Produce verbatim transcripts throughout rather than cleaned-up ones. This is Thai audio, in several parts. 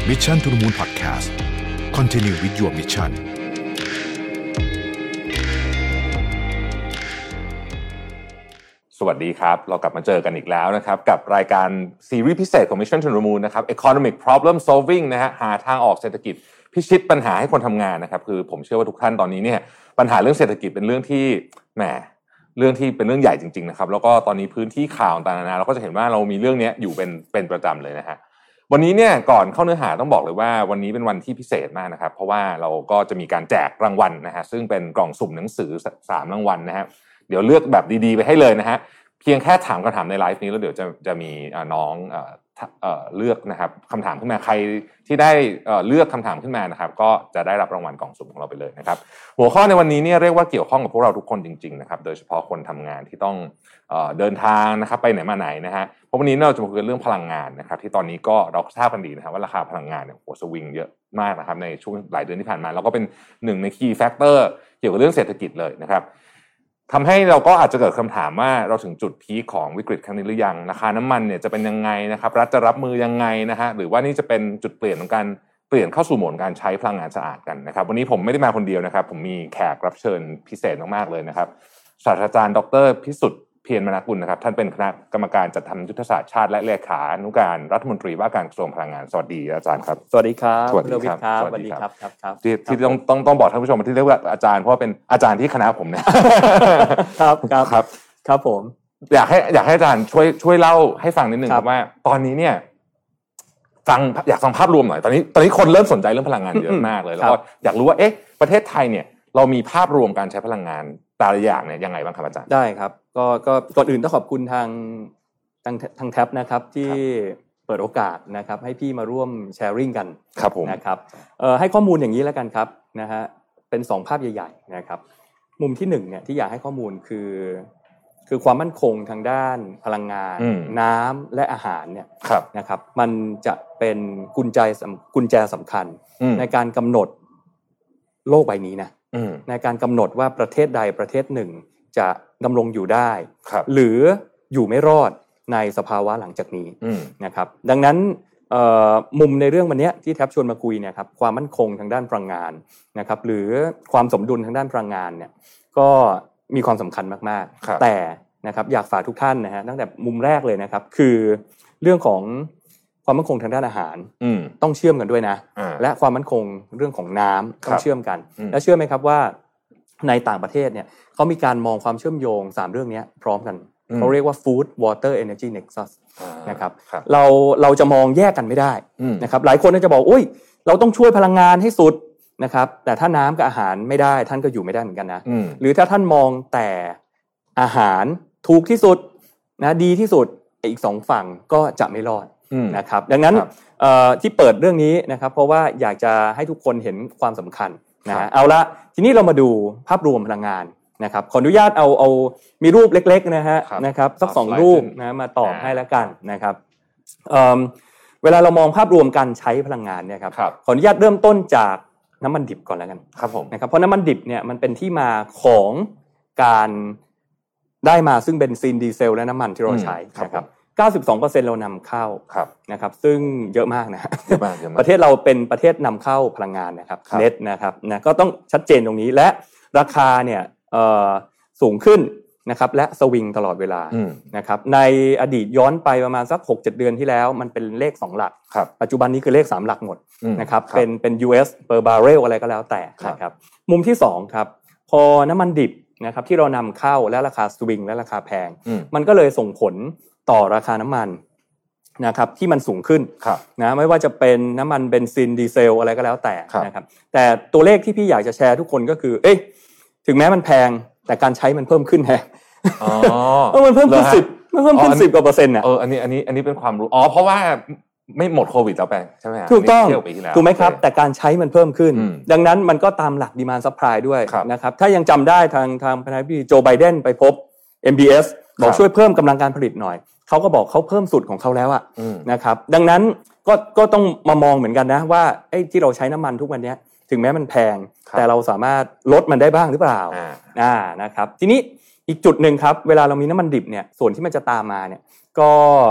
Mission to the Moon Podcast Continue with your mission สวัสดีครับเรากลับมาเจอกันอีกแล้วนะครับกับรายการซีรีส์พิเศษของ Mission to the Moon นะครับ Economic Problem Solving นะฮะหาทางออกเศรษฐกิจพิชิตปัญหาให้คนทำงานนะครับคือผมเชื่อว่าทุกท่านตอนนี้เนี่ยปัญหาเรื่องเศรษฐกิจเป็นเรื่องที่แหมเรื่องที่เป็นเรื่องใหญ่จริงๆนะครับแล้วก็ตอนนี้พื้นที่ข่าวต่างๆนานาเราก็จะเห็นว่าเรามีเรื่องนี้อยู่เป็นเป็นประจำเลยนะฮะวันนี้เนี่ยก่อนเข้าเนื้อหาต้องบอกเลยว่าวันนี้เป็นวันที่พิเศษมากนะครับเพราะว่าเราก็จะมีการแจกรางวัลนะฮะซึ่งเป็นกล่องสุ่มหนังสือสามรางวัลนะฮะเดี๋ยวเลือกแบบดีๆไปให้เลยนะฮะเพียงแค่ถามคำถามในไลฟ์นี้แล้วเดี๋ยวจะจะมีน้องเอ่อเอ่อเลือกนะครับคำถามขึ้นมาใครที่ได้เอ่อเลือกคำถามขึ้นมานะครับก็จะได้รับรางวัลกล่องสุ่มของเราไปเลยนะครับหัวข้อในวันนี้เนี่ยเรียกว่าเกี่ยวข้องกับพวกเราทุกคนจริงๆนะครับโดยเฉพาะคนทำงานที่ต้องเอ่อเดินทางนะครับไปไหนมาไหนนะฮะเพราะวันนี้เราจะมาคุยเรื่องพลังงานนะครับที่ตอนนี้ก็เราทราบกันดีนะครับว่าราคาพลังงานเนี่ยโหสวิงเยอะมากนะครับในช่วงหลายเดือนที่ผ่านมาแล้วก็เป็นหนึ่งใน key factor เกี่ยวกับเรื่องเศรษฐกิจเลยนะครับทำให้เราก็อาจจะเกิดคำถามว่าเราถึงจุดพีคของวิกฤตครั้งนี้หรือยังราคาน้ำมันเนี่ยจะเป็นยังไงนะครับรัฐจะรับมือยังไงนะฮะหรือว่านี่จะเป็นจุดเปลี่ยนของการเปลี่ยนเข้าสู่โหมดการใช้พลังงานสะอาดกันนะครับวันนี้ผมไม่ได้มาคนเดียวนะครับผมมีแขกรับเชิญพิเศษมากๆเลยนะครับศาสตราจารย์ดร.พิสุทธิ์เพียรมนกุลนะครับท่านเป็นคณะกรรมการจัดทำยุทธศาสตร์ชาติและเลขานุการรัฐมนตรีว่าการกระทรวงพลังงานสวัสดีอาจารย์ครับสวัสดีครับสวัสดีครับสวัสดีครับครับครับที่ที่ต้องต้องต้องบอกท่านผู้ชมที่เรียกว่าอาจารย์เพราะว่าเป็นอาจารย์ที่คณะผมเนี่ยครับครับครับครับผมอยากให้อยากให้อาจารย์ช่วยช่วยเล่าให้ฟังนิดนึงครับว่าตอนนี้เนี่ยฟังอยากฟังภาพรวมหน่อยตอนนี้ตอนนี้คนเริ่มสนใจเรื่องพลังงานเยอะมากเลยแล้วก็อยากรู้ว่าเอ๊ะประเทศไทยเนี่ยเรามีภาพรวมการใช้พลังงานแต่ละอย่างเนี่ยยังไงบ้างครับอาจารย์ได้ครับก็ก็ก่อนอื่นต้องขอบคุณทางทางทางแท็บนะครับที่เปิดโอกาสนะครับให้พี่มาร่วมแชร์ริ่งกันครับผมนะครับเอ่อให้ข้อมูลอย่างนี้แล้วกันครับนะฮะเป็นสองภาพใหญ่ๆนะครับมุมที่หนึ่งเนี่ยที่อยากให้ข้อมูลคือคือความมั่นคงทางด้านพลังงานน้ำและอาหารเนี่ยนะครับมันจะเป็นกุญแจกุญแจสำคัญในการกำหนดโลกใบนี้นะในการกำหนดว่าประเทศใดประเทศหนึ่งจะดำรงอยู่ได้หรืออยู่ไม่รอดในสภาวะหลังจากนี้นะครับดังนั้นมุมในเรื่องวันนี้ที่แทบชวนมาคุยเนี่ยครับความมั่นคงทางด้านพลังงานนะครับหรือความสมดุลทางด้านพลังงานเนี่ยก็มีความสำคัญมากๆแต่นะครับอยากฝากทุกท่านนะฮะตั้งแต่มุมแรกเลยนะครับคือเรื่องของความมั่นคงทางด้านอาหารต้องเชื่อมกันด้วยนะและความมั่นคงเรื่องของน้ำต้องเชื่อมกันและเชื่อไหมครับว่าในต่างประเทศเนี่ยเขามีการมองความเชื่อมโยงสามเรื่องนี้พร้อมกันเขาเรียกว่า Food Water Energy Nexus นะครับเราเราจะมองแยกกันไม่ได้นะครับหลายคนจะบอกโอ้ยเราต้องช่วยพลังงานให้สุดนะครับแต่ถ้าน้ำกับอาหารไม่ได้ท่านก็อยู่ไม่ได้เหมือนกันนะหรือถ้าท่านมองแต่อาหารถูกที่สุดนะดีที่สุดอีกสองฝั่งก็จะไม่รอดนะครับดังนั้นที่เปิดเรื่องนี้นะครับเพราะว่าอยากจะให้ทุกคนเห็นความสำคัญนะฮะเอาละทีนี้เรามาดูภาพรวมพลังงานนะครับขออนุญาตเอาเอามีรูปเล็กๆนะฮะนะครับสักสองรูปนะมาตอบให้แล้วกันนะครับเอ่อเวลาเรามองภาพรวมการใช้พลังงานเนี่ยครับขออนุญาตเริ่มต้นจากน้ำมันดิบก่อนแล้วกันครับผมนะครับเพราะน้ำมันดิบเนี่ยมันเป็นที่มาของการได้มาซึ่งเบนซินดีเซลและน้ำมันที่เราใช้นะครับเก้าสิบสองเปอร์เซ็นต์ เรานำเข้านะครับซึ่งเยอะมากนะประเทศเราเป็นประเทศนำเข้าพลังงานนะครับเน็ตนะครับนะก็ต้องชัดเจนตรงนี้และราคาเนี่ยสูงขึ้นนะครับและสวิงตลอดเวลานะครับในอดีตย้อนไปประมาณสัก หกเจ็ด เดือนที่แล้วมันเป็นเลขสองหลักปัจจุบันนี้คือเลขสามหลักหมดนะครับเป็นเป็น ยู เอส per barrel อะไรก็แล้วแต่นะครับมุมที่สองครับพอน้ำมันดิบนะครับที่เรานำเข้าและราคาสวิงและราคาแพงมันก็เลยส่งผลต่อราคาน้ำมันนะครับที่มันสูงขึ้นนะไม่ว่าจะเป็นน้ำมันเบนซินดีเซลอะไรก็แล้วแต่นะครับแต่ตัวเลขที่พี่อยากจะแชร์ทุกคนก็คือเอ๊ะถึงแม้มันแพงแต่การใช้มันเพิ่มขึ้นแฮะอ๋อมันเพิ่มขึ้นสิบมันเพิ่มขึ้นสิบกว่าเปอร์เซ็นต์น่ะเอออันนี้อันนี้อันนี้เป็นความรู้อ๋อเพราะว่าไม่หมดโควิดแล้วไปใช่ไหมถูกต้องถูกไหมครับแต่การใช้มันเพิ่มขึ้นดังนั้นมันก็ตามหลักดีมานด์ซัพพลายด้วยนะครับถ้ายังจำได้ทางทางประธานาธิบดีโจไบเดนไปพบ เอ็ม บี เอส บอกช่วยเพิ่มกำลังการผลิตหน่อยเขาก็บอกเขาเพิ่มสุดของเขาแล้วอะนะครับดังนั้นก็ก็ต้องมามองเหมือนกันนะว่าไอ้ที่เราใช้น้ำมันทุกวันนี้ถึงแม้มันแพงแต่เราสามารถลดมันได้บ้างหรือเปล่าอ่านะครับทีนี้อีกจุดหนึ่งครับเวลาเรามีน้ำมันดิบเนี่ยส่วนที่มันจะตามมาเนี่ยก็ท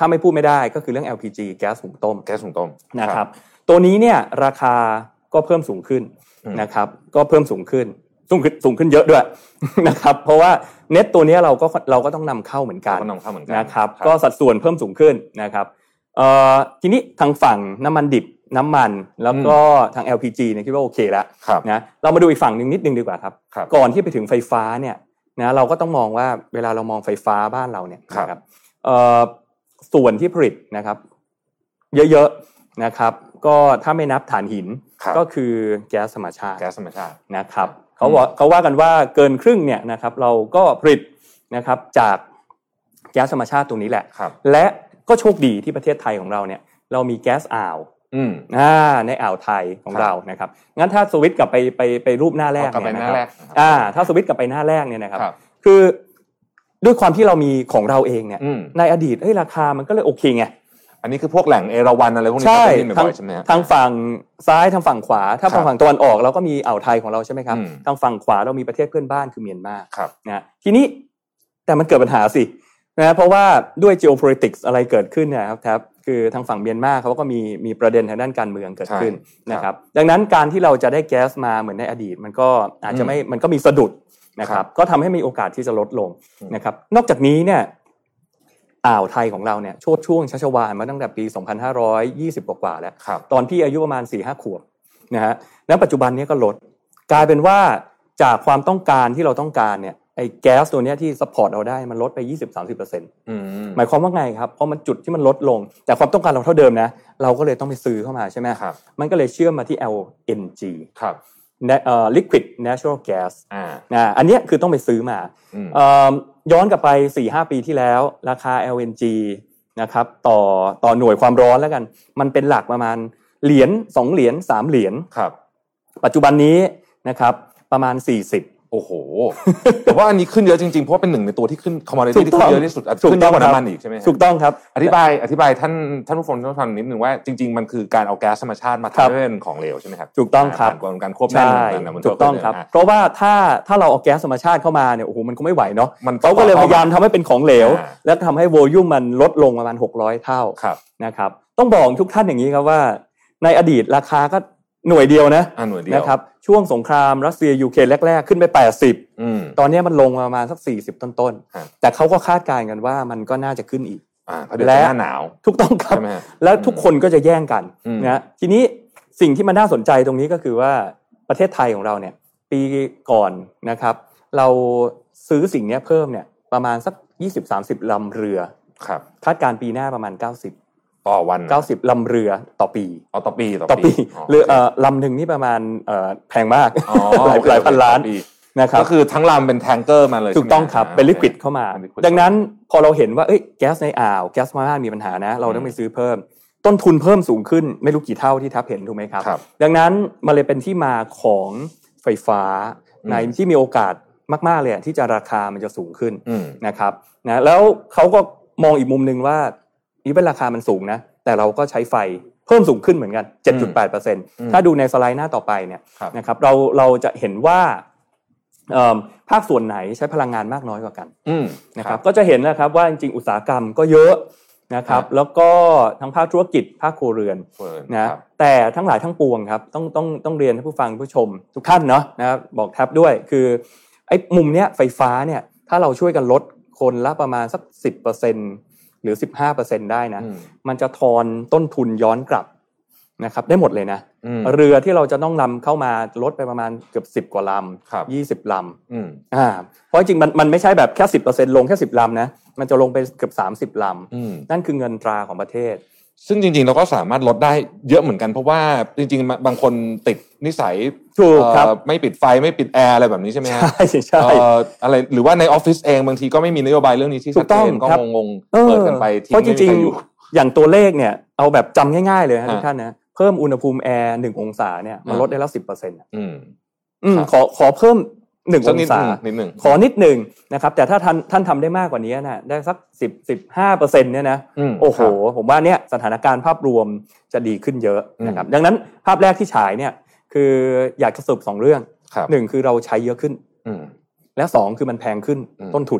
ถ้าไม่พูดไม่ได้ก็คือเรื่อง แอล พี จี แก๊สหุงต้มแก๊สหุงต้มนะครับตัวนี้เนี่ยราคาก็เพิ่มสูงขึ้นนะครับก็เพิ่มสูงขึ้นสูงขึ้นสูงขึ้นเยอะด้วยนะครับเพราะว่าเน็ตตัวนี้เราก็เราก็ต้องนำเข้าเหมือนกันนะครับก็สัดส่วนเพิ่มสูงขึ้นนะครับเอ่อทีนี้ทางฝั่งน้ำมันดิบน้ำมันแล้วก็ทาง แอล พี จี เนี่ยคิดว่าโอเคแล้วนะเรามาดูอีกฝั่งนึงนิดนึงดีกว่าครับก่อนที่ไปถึงไฟฟ้าเนี่ยนะเราก็ต้องมองว่าเวลาเรามองไฟฟ้าบ้านเราเนี่ยนะครับเอ่อส่วนที่ผลิตนะครับเยอะๆนะครับก็ถ้าไม่นับถ่านหินก็คือแก๊สธรรมชาติแก๊สธรรมชาตินะครับเขาบอกเขาว่ากันว่าเกินครึ่งเนี่ยนะครับเราก็ผลิตนะครับจากแก๊สธรรมชาติตรงนี้แหละและก็โชคดีที่ประเทศไทยของเราเนี่ยเรามีแก๊สอ่าวอ่าในอ่าวไทยของเรานะครับงั้นถ้าสวิตช์กลับไปไปไปรูปหน้าแรกเนี่ยนะครับอ่าถ้าสวิตช์กลับไปหน้าแรกเนี่ยนะครับคือด้วยความที่เรามีของเราเองเนี่ยในอดีตเอ้ยราคามันก็เลยโอเคไงอันนี้คือพวกแหล่งเอราวัณอะไรพวกนี้ก็ได้ยินบ่อยๆใช่ไหมทางฝั่งซ้ายทางฝั่งขวาถ้าทางฝั่งตะวันออกเราก็มีอ่าวไทยของเราใช่ไหมครับทางฝั่งขวาเรามีประเทศเพื่อนบ้านคือเมียนมานะทีนี้แต่มันเกิดปัญหาสินะเพราะว่าด้วย geopolitics อะไรเกิดขึ้นเนี่ยครับคือทางฝั่งเมียนมาเขาก็มีมีประเด็นทางด้านการเมืองเกิดขึ้นนะครับดังนั้นการที่เราจะได้แก๊สมาเหมือนในอดีตมันก็อาจจะไม่มันก็มีสะดุดนะครับก็ทำให้มีโอกาสที่จะลดลงนะครับนอกจากนี้เนี่ยอ่าวไทยของเราเนี่ยโชดช่วงชัชวาลมาตั้งแต่ปีสองพันห้าร้อยยี่สิบกว่าๆแล้วตอนพี่อายุประมาณ สี่ห้า ขวบนะฮะแล้วปัจจุบันนี้ก็ลดกลายเป็นว่าจากความต้องการที่เราต้องการเนี่ยไอ้แก๊สตัวนี้ที่ซัพพอร์ตเราได้มันลดไป ยี่สิบถึงสามสิบเปอร์เซ็นต์ อืมหมายความว่าไงครับเพราะมันจุดที่มันลดลงแต่ความต้องการเราเท่าเดิมนะเราก็เลยต้องไปซื้อเข้ามาใช่ไหมครับมันก็เลยเชื่อมมาที่ แอล เอ็น จีครับเอ่อ liquid natural gas อ่านะอันนี้คือต้องไปซื้อมาเอ่อย้อนกลับไป สี่ห้า ปีที่แล้วราคา แอล เอ็น จี นะครับต่อต่อหน่วยความร้อนแล้วกันมันเป็นหลักประมาณเหรียญสองเหรียญสามเหรียญครับปัจจุบันนี้นะครับประมาณสี่สิบโอ้โหแต่ว่าอันนี้ขึ้นเยอะจริงๆเพราะว่าเป็นหนึ่งในตัวที่ขึ้นคอมมอดิตี้ที่ขึ้นเยอะที่สุดขึ้นเยอะกว่าน้ำมันอีกใช่ไหมถูกต้องครับอธิบายอธิบายท่านท่านผู้ฟังท่านฟังนิดนึงว่าจริงๆมันคือการเอาแก๊สธรรมชาติมาทำให้เป็นของเหลวใช่ไหมครับถูกต้องครับการควบแน่นถูกต้องครับเพราะว่าถ้าถ้าเราเอาแก๊สธรรมชาติเข้ามาเนี่ยโอ้โหมันก็ไม่ไหวเนาะเขาก็เลยพยายามทำให้เป็นของเหลวแล้วทำให้โวลลุ่มมันลดลงประมาณหกร้อยเท่านะครับต้องบอกทุกท่านอย่างนี้ครับว่าในอดีตราคาก็หน่วยเดียวนะนะครับช่วงสงครามรัสเซียยูเครนแรกๆขึ้นไปแปดสิบอืมตอนนี้มันลงมาประมาณสักสี่สิบต้นๆแต่เขาก็คาดการณ์กันว่ามันก็น่าจะขึ้นอีกอ่าเพราะเดี๋ยวหน้าหนาวถูกต้องครับแล้วทุกคนก็จะแย่งกันนะทีนี้สิ่งที่มันน่าสนใจตรงนี้ก็คือว่าประเทศไทยของเราเนี่ยปีก่อนนะครับเราซื้อสิ่งนี้เพิ่มเนี่ยประมาณสัก ยี่สิบถึงสามสิบ ลำเรือครับคาดการณ์ปีหน้าประมาณเก้าสิบต่อวันเก้าสิบลำเรือต่อปีอ๋อต่อปีต่อปีเรือเอ่อลำนึงนี่ประมาณเอ่อแพงมากหลายหลายพันล้านนะครับก็คือทั้งลำเป็นแทงเกอร์มาเลยถูกต้องครับเป็นลิควิดเข้ามาดังนั้นพอเราเห็นว่าเอ้ยแก๊สในอ่าวแก๊สมามีปัญหานะเราต้องไปซื้อเพิ่มต้นทุนเพิ่มสูงขึ้นไม่รู้กี่เท่าที่ทับเห็นถูกไหมครับดังนั้นมันเลยเป็นที่มาของไฟฟ้าในที่มีโอกาสมากๆเลยที่จะราคามันจะสูงขึ้นนะครับนะแล้วเขาก็มองอีกมุมนึงว่านี่เป็นราคามันสูงนะแต่เราก็ใช้ไฟเพิ่มสูงขึ้นเหมือนกัน เจ็ดจุดแปดเปอร์เซ็นต์ ถ้าดูในสไลด์หน้าต่อไปเนี่ยนะครับเราเราจะเห็นว่าภาคส่วนไหนใช้พลังงานมากน้อยกว่ากันนะครับก็จะเห็นนะครับว่าจริงๆอุตสาหกรรมก็เยอะนะครับแล้วก็ทั้งภาคธุรกิจภาคครัวเรือนนะแต่ทั้งหลายทั้งปวงครับต้องต้องต้องเรียนให้ผู้ฟังผู้ชมทุกท่านเนาะนะครับบอกแท็บด้วยคือไอ้มุมเนี้ยไฟฟ้าเนี่ยถ้าเราช่วยกันลดคนละประมาณสัก สิบเปอร์เซ็นต์หรือ สิบห้าเปอร์เซ็นต์ ได้นะมันจะทอนต้นทุนย้อนกลับนะครับได้หมดเลยนะเรือที่เราจะต้องนำเข้ามาลดไปประมาณเกือบสิบกว่าลำยี่สิบลำอ่าเพราะจริงมันมันไม่ใช่แบบแค่ สิบเปอร์เซ็นต์ ลงแค่สิบลำนะมันจะลงไปเกือบสามสิบลำนั่นคือเงินตราของประเทศซึ่งจริงๆเราก็สามารถลดได้เยอะเหมือนกันเพราะว่าจริงๆบางคนติดนิสัยถูกครับไม่ปิดไฟไม่ปิดแอร์อะไรแบบนี้ใช่ไหมฮะใช่ใช่อะไรหรือว่าในออฟฟิศเองบางทีก็ไม่มีนโยบายเรื่องนี้ที่ชัดเจนก็งงๆเปิดกันไปที่ไม่มีใครอยู่อย่างตัวเลขเนี่ยเอาแบบจำง่ายๆเลยนะทุกท่านนะเพิ่มอุณหภูมิแอร์หนึ่งองศาเนี่ยมันลดได้แล้ว สิบเปอร์เซ็นต์ อืมอืมขอขอเพิ่มหนึ่งองศาขอนิดหนึ่งนะครับแต่ถ้าท่านท่านทำได้มากกว่านี้นะได้สักสิบ สิบห้าเปอร์เซ็นต์ เนี่ยนะโอ้โหผมว่าเนี่ยสถานการณ์ภาพรวมจะดีขึ้นเยอะนะครับดังนั้นภาพแรกที่ฉายเนี่ยคืออยากจะสรุปสองเรื่องหนึ่งคือเราใช้เยอะขึ้นและสองคือมันแพงขึ้นต้นทุน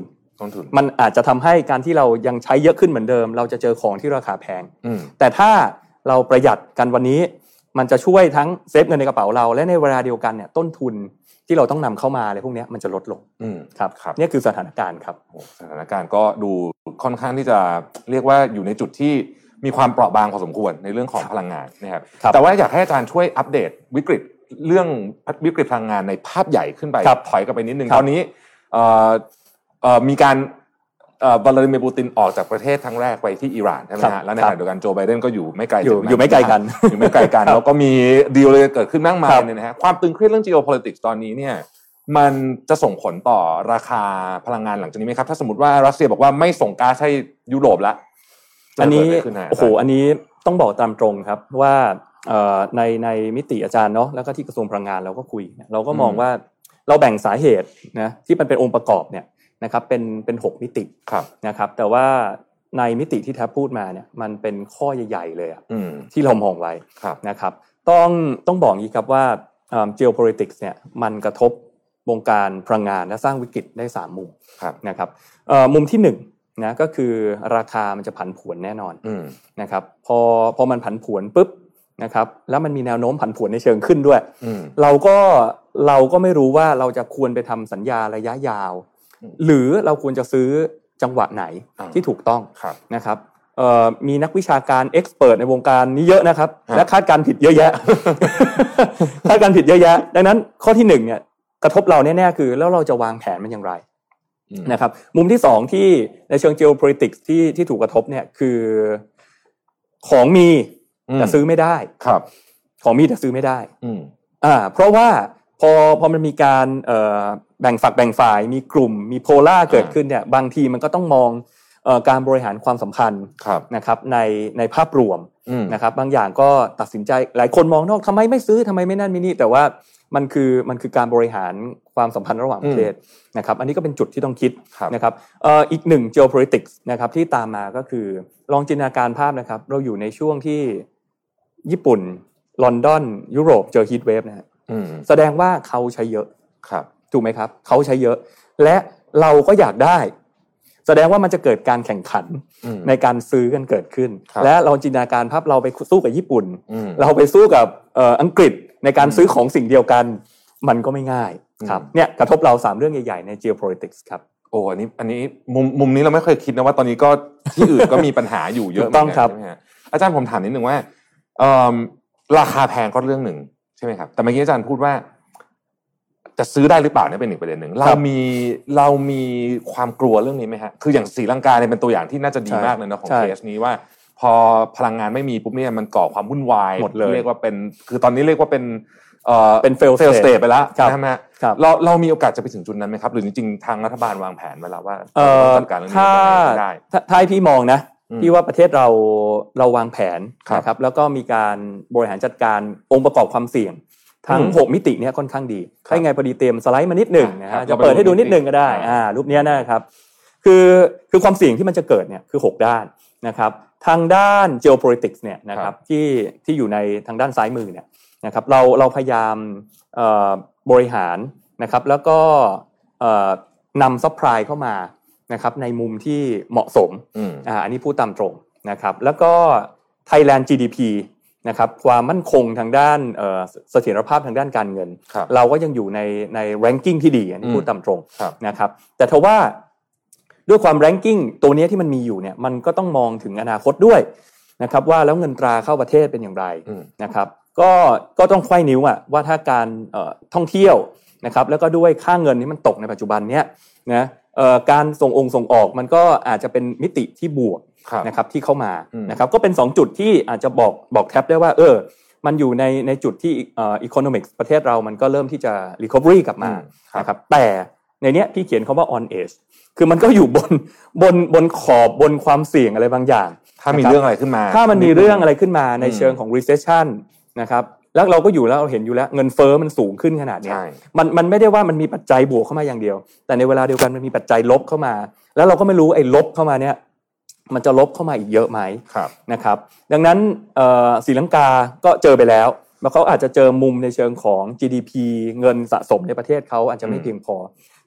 ต้นทุนมันอาจจะทำให้การที่เรายังใช้เยอะขึ้นเหมือนเดิมเราจะเจอของที่ราคาแพงแต่ถ้าเราประหยัดกันวันนี้มันจะช่วยทั้งเซฟเงินในกระเป๋าเราและในเวลาเดียวกันเนี่ยต้นทุนที่เราต้องนำเข้ามาอะไรพวกนี้มันจะลดลงครับนี่คือสถานการณ์ครับสถานการณ์ก็ดูค่อนข้างที่จะเรียกว่าอยู่ในจุดที่มีความเปราะบางพอสมควรในเรื่องของพลังงานนะครับแต่ว่าอยากให้อาจารย์ช่วยอัปเดตวิกฤตเรื่องวิกฤตพลังงานในภาพใหญ่ขึ้นไปถอยกลับไปนิดนึงตอนนี้มีการวลาดิเมียร์ปูตินออกจากประเทศครั้งแรกไปที่อิหร่านใช่ไหมฮะแล้วในขณะเดียวกันโจไบเดนก็อยู่ไม่ไกลอยู่อยู่ไม่ไกลกันอยู่ไม่ไกลกันแล้วก็มีดีลเลยเกิดขึ้นมากมายเนี่ยนะฮะความตึงเครียดเรื่อง geopolitics ตอนนี้เนี่ยมันจะส่งผลต่อราคาพลังงานหลังจากนี้ไหมครับถ้าสมมติว่ารัสเซียบอกว่าไม่ส่งก๊าซให้ยุโรปแล้วอันนี้โอ้โหอันนี้ต้องบอกตามตรงครับว่าในในมิติอาจารย์เนาะแล้วก็ที่กระทรวงพลังงานเราก็คุยเราก็มองว่าเราแบ่งสาเหตุนะที่มันเป็นองค์ประกอบเนี่ยนะครับเป็นเป็นหกมิตินะครับแต่ว่าในมิติที่แทบพูดมาเนี่ยมันเป็นข้อใหญ่ๆเลยอ่ะที่เรามองไว้นะครับต้องต้องบอกอย่างนี้ครับว่า geopolitics เนี่ยมันกระทบวงการพลังงานและสร้างวิกฤตได้สามมุมนะครับมุมที่หนึ่งนะก็คือราคามันจะผันผวนแน่นอนนะครับพอพอมันผันผวนปุ๊บนะครับแล้วมันมีแนวโน้มผันผวนในเชิงขึ้นด้วยเราก็เราก็ไม่รู้ว่าเราจะควรไปทำสัญญาระยะยาวหรือเราควรจะซื้อจังหวะไหนที่ถูกต้องนะครับมีนักวิชาการเอ็กซ์เพิร์ทในวงการนี้เยอะนะครับและคาดการณ์ผิดเยอะแยะ คาดการณ์ผิดเยอะแยะดังนั้นข้อที่หนึ่งเนี่ยกระทบเราแน่ๆคือแล้วเราจะวางแผนมันอย่างไรนะครับมุมที่สองที่ในเชิง geopolitics ที่ที่ถูกกระทบเนี่ยคือของมีแต่ซื้อไม่ได้ครับของมีแต่ซื้อไม่ได้อ่าเพราะว่าพอพอมันมีการเอ่อแบ่งฝักแบ่งฝ่ายมีกลุ่มมีโพล่าเกิดขึ้นเนี่ยบางทีมันก็ต้องมองเอ่อการบริหารความสัมพันธ์นะครับในในภาพรวมนะครับบางอย่างก็ตัดสินใจหลายคนมองนอกทำไมไม่ซื้อทำไมไม่นั่นไม่นี่แต่ว่ามันคือมันคือการบริหารความสัมพันธ์ระหว่างประเทศนะครับอันนี้ก็เป็นจุดที่ต้องคิดนะครับเอ่ออีกหนึ่ง geopolitics นะครับที่ตามมาก็คือลองจินตนาการภาพนะครับเราอยู่ในช่วงที่ญี่ปุ่นลอนดอนยุโรปเจอฮีทเวฟนะฮะแสดงว่าเขาใช้เยอะถูกไหมครับเขาใช้เยอะและเราก็อยากได้แสดงว่ามันจะเกิดการแข่งขันในการซื้อกันเกิดขึ้นและเราจินตนาการภาพเราไปสู้กับญี่ปุ่นเราไปสู้กับเอ่ออังกฤษในการซื้อของสิ่งเดียวกันมันก็ไม่ง่ายครับเนี่ยกระทบเราสามเรื่องใหญ่ๆใน geopolitics ครับโอ้อันนี้อันนี้มุมมุมนี้เราไม่เคยคิดนะว่าตอนนี้ก็ที่อื่นก็มีปัญหาอยู่เยอะเหมือนกันใช่ไหมฮะอาจารย์ผมถามนิดนึงว่าเอ่อราคาแพงก็เรื่องหนึ่งใช่ไหมครับแต่เมื่อกี้อาจารย์พูดว่าจะซื้อได้หรือเปล่าเนี่ยเป็นอีกประเด็นหนึ่งเรามีเรามีความกลัวเรื่องนี้ไหมฮะคืออย่างศรีลังกาเนี่ยเป็นตัวอย่างที่น่าจะดีมากเลยนะของเคสนี้ว่าพอพลังงานไม่มีปุ๊บเนี่ยมันก่อความวุ่นวายหมดเลยเรียกว่าเป็นคือตอนนี้เรียกว่าเป็นเอ่อเป็น fail state ไปแล้วใช่ไหมเราเรามีโอกาสจะไปถึงจุดนั้นไหมครับหรือจริงๆทางรัฐบาลวางแผนไว้แล้วว่าจัดการเรื่องนี้ได้ถ้าพี่มองนะพี่ว่าประเทศเราเราวางแผนนะครับแล้วก็มีการบริหารจัดการองค์ประกอบความเสี่ยงทั้งหกมิตินี้ค่อนข้างดีถ้าไงพอดีเตรียมสไลด์มานิดหนึ่งนะฮะจะเปิดให้ดูนิดหนึ่งก็ได้อ่ารูปนี้นะครับคือคือความเสี่ยงที่มันจะเกิดเนี่ยคือหกด้านนะครับทางด้าน geopolitics เนี่ยนะครับที่ที่อยู่ในทางด้านซ้ายมือเนี่ยนะครับเราเราพยายามเอ่อบริหารนะครับแล้วก็เอ่อนำซัพพลายเข้ามานะครับในมุมที่เหมาะสมอ่าอันนี้พูดตามตรงนะครับแล้วก็ Thailand จี ดี พี นะครับความมั่นคงทางด้านเอ่อเสถียรภาพทางด้านการเงินเราก็ยังอยู่ในใน ranking ที่ดีอันนี้พูดตามตรงนะครับแต่ทว่าด้วยความ ranking ตัวนี้ที่มันมีอยู่เนี่ยมันก็ต้องมองถึงอนาคตด้วยนะครับว่าแล้วเงินตราเข้าประเทศเป็นอย่างไรนะครับก็ก็ต้องไขว้นิ้วอ่ะว่าถ้าการเอ่อท่องเที่ยวนะครับแล้วก็ด้วยค่าเงินที่มันตกในปัจจุบันเนี้ยนะเอ่อการส่งองค์ส่งออกมันก็อาจจะเป็นมิติที่บวกนะครับที่เข้ามานะครับก็เป็นสองจุดที่อาจจะบอกบอกแทบได้ว่าเออมันอยู่ในในจุดที่เอ่อ economics ประเทศเรามันก็เริ่มที่จะ recovery กลับมานะครับแต่ในเนี้ยพี่เขียนคำว่า on edge คือมันก็อยู่บนบนบนขอบบนความเสี่ยงอะไรบางอย่างถ้ามีเรื่องอะไรขึ้นมาถ้ามันมีเรื่องอะไรขึ้นมาในเชิงของ recession นะครับแล้วเราก็อยู่แล้วเราเห็นอยู่แล้วเงินเฟ้อมันสูงขึ้นขนาดนี้มันมันไม่ได้ว่ามันมีปัจจัยบวกเข้ามาอย่างเดียวแต่ในเวลาเดียวกันมันมีปัจจัยลบเข้ามาแล้วเราก็ไม่รู้ไอ้ลบเข้ามาเนี่ยมันจะลบเข้ามาอีกเยอะไหมนะครับดังนั้นศรีลังกาก็เจอไปแล้วแล้วเขาอาจจะเจอมุมในเชิงของ จี ดี พี เงินสะสมในประเทศเขาอาจจะไม่เพียงพอ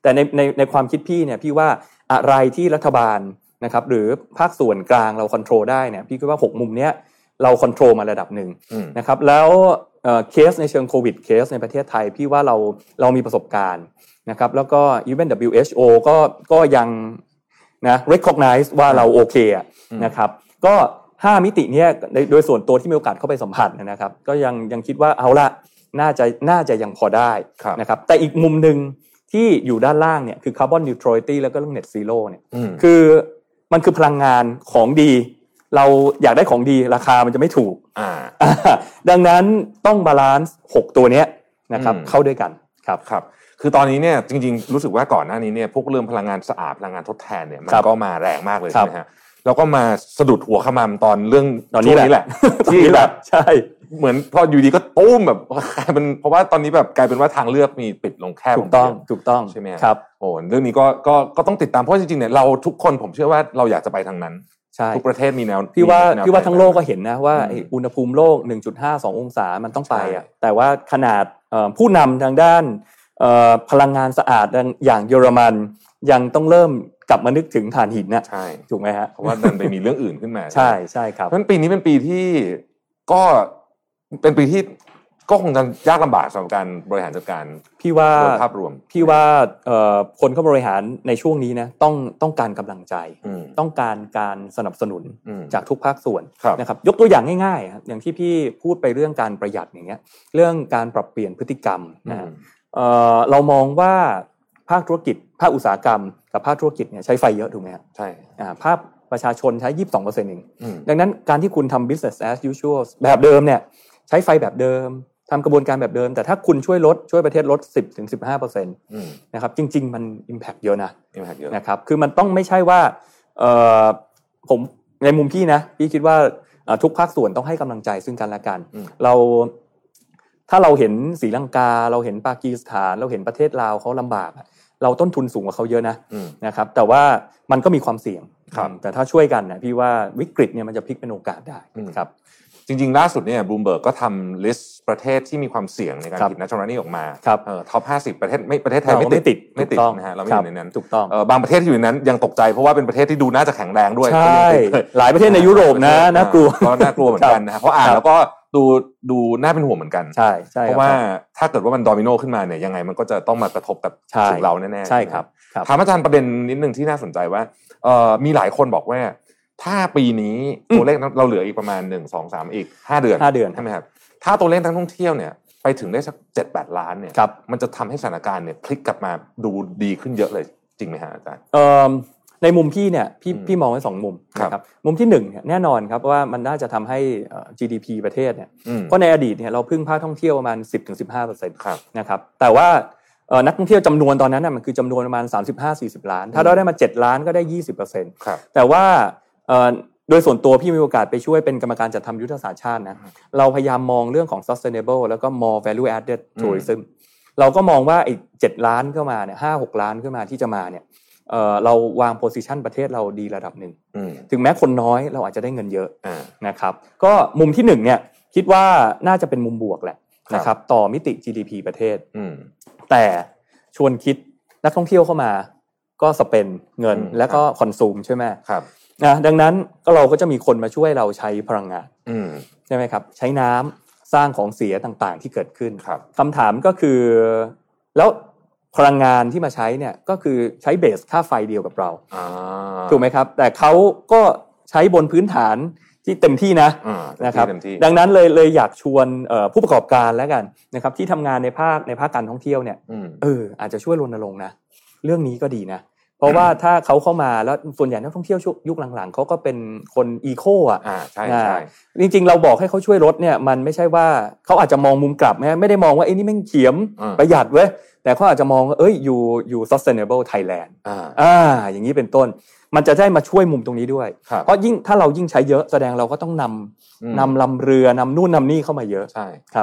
แต่ในในในความคิดพี่เนี่ยพี่ว่าอะไรที่รัฐบาลนะครับหรือภาคส่วนกลางเราคอนโทรลได้เนี่ยพี่คิดว่าหกมุมเนี้ยเราคอนโทรลมาระดับหนึ่งนะครับแล้วเอ่อเคสในเชิงโควิดเคสในประเทศไทยพี่ว่าเราเรามีประสบการณ์นะครับแล้วก็ even ดับเบิลยู เอช โอ ก็ก็ยังนะ recognize ว่าเราโอเคอ่ะนะครับก็ห้ามิติเนี้ยโดยส่วนตัวที่มีโอกาสเข้าไปสัมผัสนะครับก็ยังยังคิดว่าเอาละน่าจะน่าจะยังพอได้นะครับแต่อีกมุมนึงที่อยู่ด้านล่างเนี่ยคือ carbon neutrality แล้วก็เรื่อง net zero เนี่ยคือมันคือพลังงานของดีเราอยากได้ของดีราคามันจะไม่ถูกดังนั้นต้องบาลานซ์หกตัวเนี้ยนะครับเข้าด้วยกันครับครับคือตอนนี้เนี่ยจริงๆรู้สึกว่าก่อนหน้านี้เนี่ยพวกเรื่องพลังงานสะอาดพลังงานทดแทนเนี่ยมันก็มาแรงมากเลยใช่ไหมฮะแล้วก็มาสะดุดหัวขมำตอนเรื่องตอนนี้แหละที่แบบใช่เหมือนพออยู่ดีก็ตุ้มแบบกลายเป็นเพราะว่าตอนนี้แบบกลายเป็นว่าทางเลือกมีปิดลงแค่ถูกต้องถูกต้องใช่ไหมครับโอ้เรื่องนี้ก็ก็ก็ต้องติดตามเพราะจริงๆเนี่ยเราทุกคนผมเชื่อว่าเราอยากจะไปทางนั้นทุกประเทศมีแนวพี่ว่าพี่ว่าทั้งโลกก็เห็นนะว่าอุณหภูมิโลก หนึ่งจุดห้า สอง องศามันต้องไปอ่ะแต่ว่าขนาดผู้นำทางด้านพลังงานสะอาดอย่างเยอรมันยังต้องเริ่มกลับมานึกถึงถ่านหินนะใช่ถูกไหมฮะเพราะว่ามันไปมีเรื่องอื่นขึ้นมาใช่ใช่ครับเพราะฉะนั้นปีนี้เป็นปีที่ก็เป็นปีที่ก็คงจะยากลำบากสำหรับการบริหารจัดการพี่ว่าภาพรวมพี่ว่าคนเข้าบริหารในช่วงนี้นะต้องต้องการกำลังใจต้องการการสนับสนุนจากทุกภาคส่วนนะครับยกตัวอย่างง่ายๆอย่างที่พี่พูดไปเรื่องการประหยัดอย่างเงี้ยเรื่องการปรับเปลี่ยนพฤติกรรมนะเรามองว่าภาคธุรกิจภาคอุตสาหกรรมกับภาคธุรกิจเนี่ยใช้ไฟเยอะถูกไหมครับใช่ภาคประชาชนใช้ ยี่สิบสองเปอร์เซ็นต์ เองดังนั้นการที่คุณทำ business as usual แบบเดิมเนี่ยใช้ไฟแบบเดิมทำกระบวนการแบบเดิมแต่ถ้าคุณช่วยลดช่วยประเทศลด สิบถึงสิบห้าเปอร์เซ็นต์ นะครับจริงๆมัน impact เยอะนะ impact เยอะนะครับคือมันต้องไม่ใช่ว่าเอ่อผมในมุมพี่นะพี่คิดว่าทุกภาคส่วนต้องให้กำลังใจซึ่งกันและกันเราถ้าเราเห็นศรีลังกาเราเห็นปากีสถานเราเห็นประเทศลาวเขาลำบากเราต้นทุนสูงกว่าเขาเยอะนะนะครับแต่ว่ามันก็มีความเสี่ยงแต่ถ้าช่วยกันนะพี่ว่าวิกฤตเนี่ยมันจะพลิกเป็นโอกาสได้ครับจริงๆล่าสุดเนี่ยบลูมเบิร์กก็ทำลิสต์ประเทศที่มีความเสี่ยงในการติด Natural Money ออกมาเอ่อท็อปห้าสิบประเทศไม่ประเทศไทยไม่ติดไม่ติดนะฮะเราไม่อยู่ในนั้นถูกต้องเอ่อบางประเทศที่อยู่ในนั้นยังตกใจเพราะว่าเป็นประเทศที่ดูน่าจะแข็งแรงด้วยใช่หลายประเทศในยุโรปนะน่ากลัวก็น่ากลัวเหมือนกันนะฮะเพราะอ่านแล้วก็ดูดูน่าเป็นห่วงเหมือนกันใช่ใช่เพราะว่าถ้าเกิดว่ามันโดมิโนขึ้นมาเนี่ยยังไงมันก็จะต้องมากระทบกับถึงเราแน่ๆใช่ครับถามอาจารย์ประเด็นนิดนึงที่น่าสนใจว่าเอ่อมีหลายคนบอกว่าถ้าปีนี้ตัวเลขเราเหลืออีกประมาณหนึ่ง สอง สามอีกห้าเดือนห้าเดือนใช่มั้ยครับถ้าตัวเลขนักท่องเที่ยวเนี่ยไปถึงได้สัก เจ็ดแปด ล้านเนี่ยมันจะทำให้สถานการณ์เนี่ยพลิกกลับมาดูดีขึ้นเยอะเลยจริงมั้ยฮะอาจารย์เอ่อในมุมพี่เนี่ยพี่พี่มองไว้สองมุมนะครับมุมที่หนึ่งเนี่ยแน่นอนครับว่ามันน่าจะทำให้ จี ดี พี ประเทศเนี่ยเพราะในอดีตเนี่ยเราพึ่งภาคท่องเที่ยวประมาณ สิบถึงสิบห้าเปอร์เซ็นต์ นะครับแต่ว่านักท่องเที่ยวจำนวนตอนนั้นน่ะมันคือจำนวนประมาณ สามสิบห้าถึงสี่สิบ ล้านถ้าเราได้มาเจ็ดล้านก็ได้ ยี่สิบเปอร์เซ็นต์ แต่ว่าโดยส่วนตัวพี่มีโอกาสไปช่วยเป็นกรรมการจัดทำยุทธศาสตร์ชาตินะเราพยายามมองเรื่องของ sustainable แล้วก็ more value added tourism เราก็มองว่าไอ้เจ็ดล้านเข้ามาเนี่ย ห้าหก ล้านขึ้นมาที่จะมาเนี่ยเอ่อเราวาง position ประเทศเราดีระดับหนึ่งถึงแม้คนน้อยเราอาจจะได้เงินเยอะนะครับก็มุมที่หนึ่งเนี่ยคิดว่าน่าจะเป็นมุมบวกแหละนะครับต่อมิติ จี ดี พี ประเทศแต่ชวนคิดนักท่องเที่ยวเข้ามาก็สเปนเงินแล้วก็คอนซูมใช่ไหมครับนะดังนั้นก็เราก็จะมีคนมาช่วยเราใช้พลังงานใช่ไหมครับใช้น้ำสร้างของเสียต่างๆที่เกิดขึ้นคำถามก็คือแล้วพลังงานที่มาใช้เนี่ยก็คือใช้เบสค่าไฟเดียวกับเราถูกไหมครับแต่เขาก็ใช้บนพื้นฐานที่เต็มที่นะนะครับดังนั้นเลยเลยอยากชวนผู้ประกอบการแล้วกันนะครับที่ทำงานในภาคในภาคการท่องเที่ยวเนี่ยเอออาจจะช่วยรณรงค์นะเรื่องนี้ก็ดีนะเพราะว่าถ้าเขาเข้ามาแล้วส่วนใหญ่นักท่องเที่ยวยุคหลังๆเขาก็เป็นคนอีโคอ่ะอ่าใช่ใช่จริงๆเราบอกให้เขาช่วยลดเนี่ยมันไม่ใช่ว่าเขาอาจจะมองมุมกลับนะไม่ได้มองว่าไอ้นี่แม่งเขียมประหยัดเว้ยแต่เขาอาจจะมองว่าเอ้ยอยู่อยู่ sustainable Thailand อ่าอ่าอย่างนี้เป็นต้นมันจะได้มาช่วยมุมตรงนี้ด้วยเพราะยิ่งถ้าเรายิ่งใช้เยอะแสดงเราก็ต้องนำนำลำเรือนำนู่นนำนี่เข้ามาเยอะใช่ครับ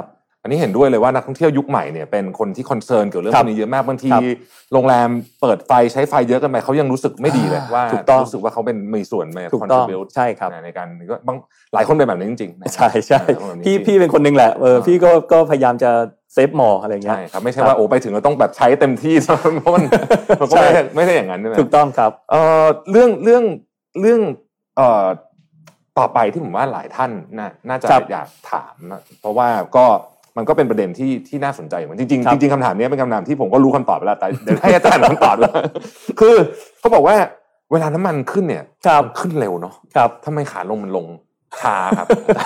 อันนี้เห็นด้วยเลยว่านักท่องเที่ยวยุคใหม่เนี่ยเป็นคนที่คอนเซิร์นเกี่ยวกับเรื่องพวกนี้เยอะมากบางทีโรงแรมเปิดไฟใช้ไฟเยอะเกินไปเขายังรู้สึกไม่ดีเลยว่ารู้สึกว่าเขาเป็นมีส่วนใน contribute ใช่ครับในการก็บางหลายคนเป็นแบบนี้จริงๆใช่ใช่พี่พี่เป็นคนนึงแหละเออพี่ก็ก็พยายามจะเซฟมออะไรเงี้ยใช่ครับไม่ใช่ว่าโอ้ไปถึงเราต้องแบบใช้เต็มที่เพราะมันมันก็ไม่ไม่ใช่อย่างนั้นใช่ไหมถูกต้องครับเอ่อเรื่องเรื่องเรื่องเอ่อต่อไปที่ผมว่าหลายท่านน่าน่าจะอยากถามนะเพราะว่าก็มันก็เป็นประเด็นที่ที่น่าสนใจเหมือนจริงๆจริงๆคำถามนี้เป็นคำถามที่ผมก็รู้คำตอบไปแล้วแต่เดี๋ยวให้อาจารย์คำตอบด้วยคือเขาบอกว่าเวลาน้ำมันขึ้นเนี่ยขึ้นเร็วเนาะทำไมขาลงมันลงช้าครับ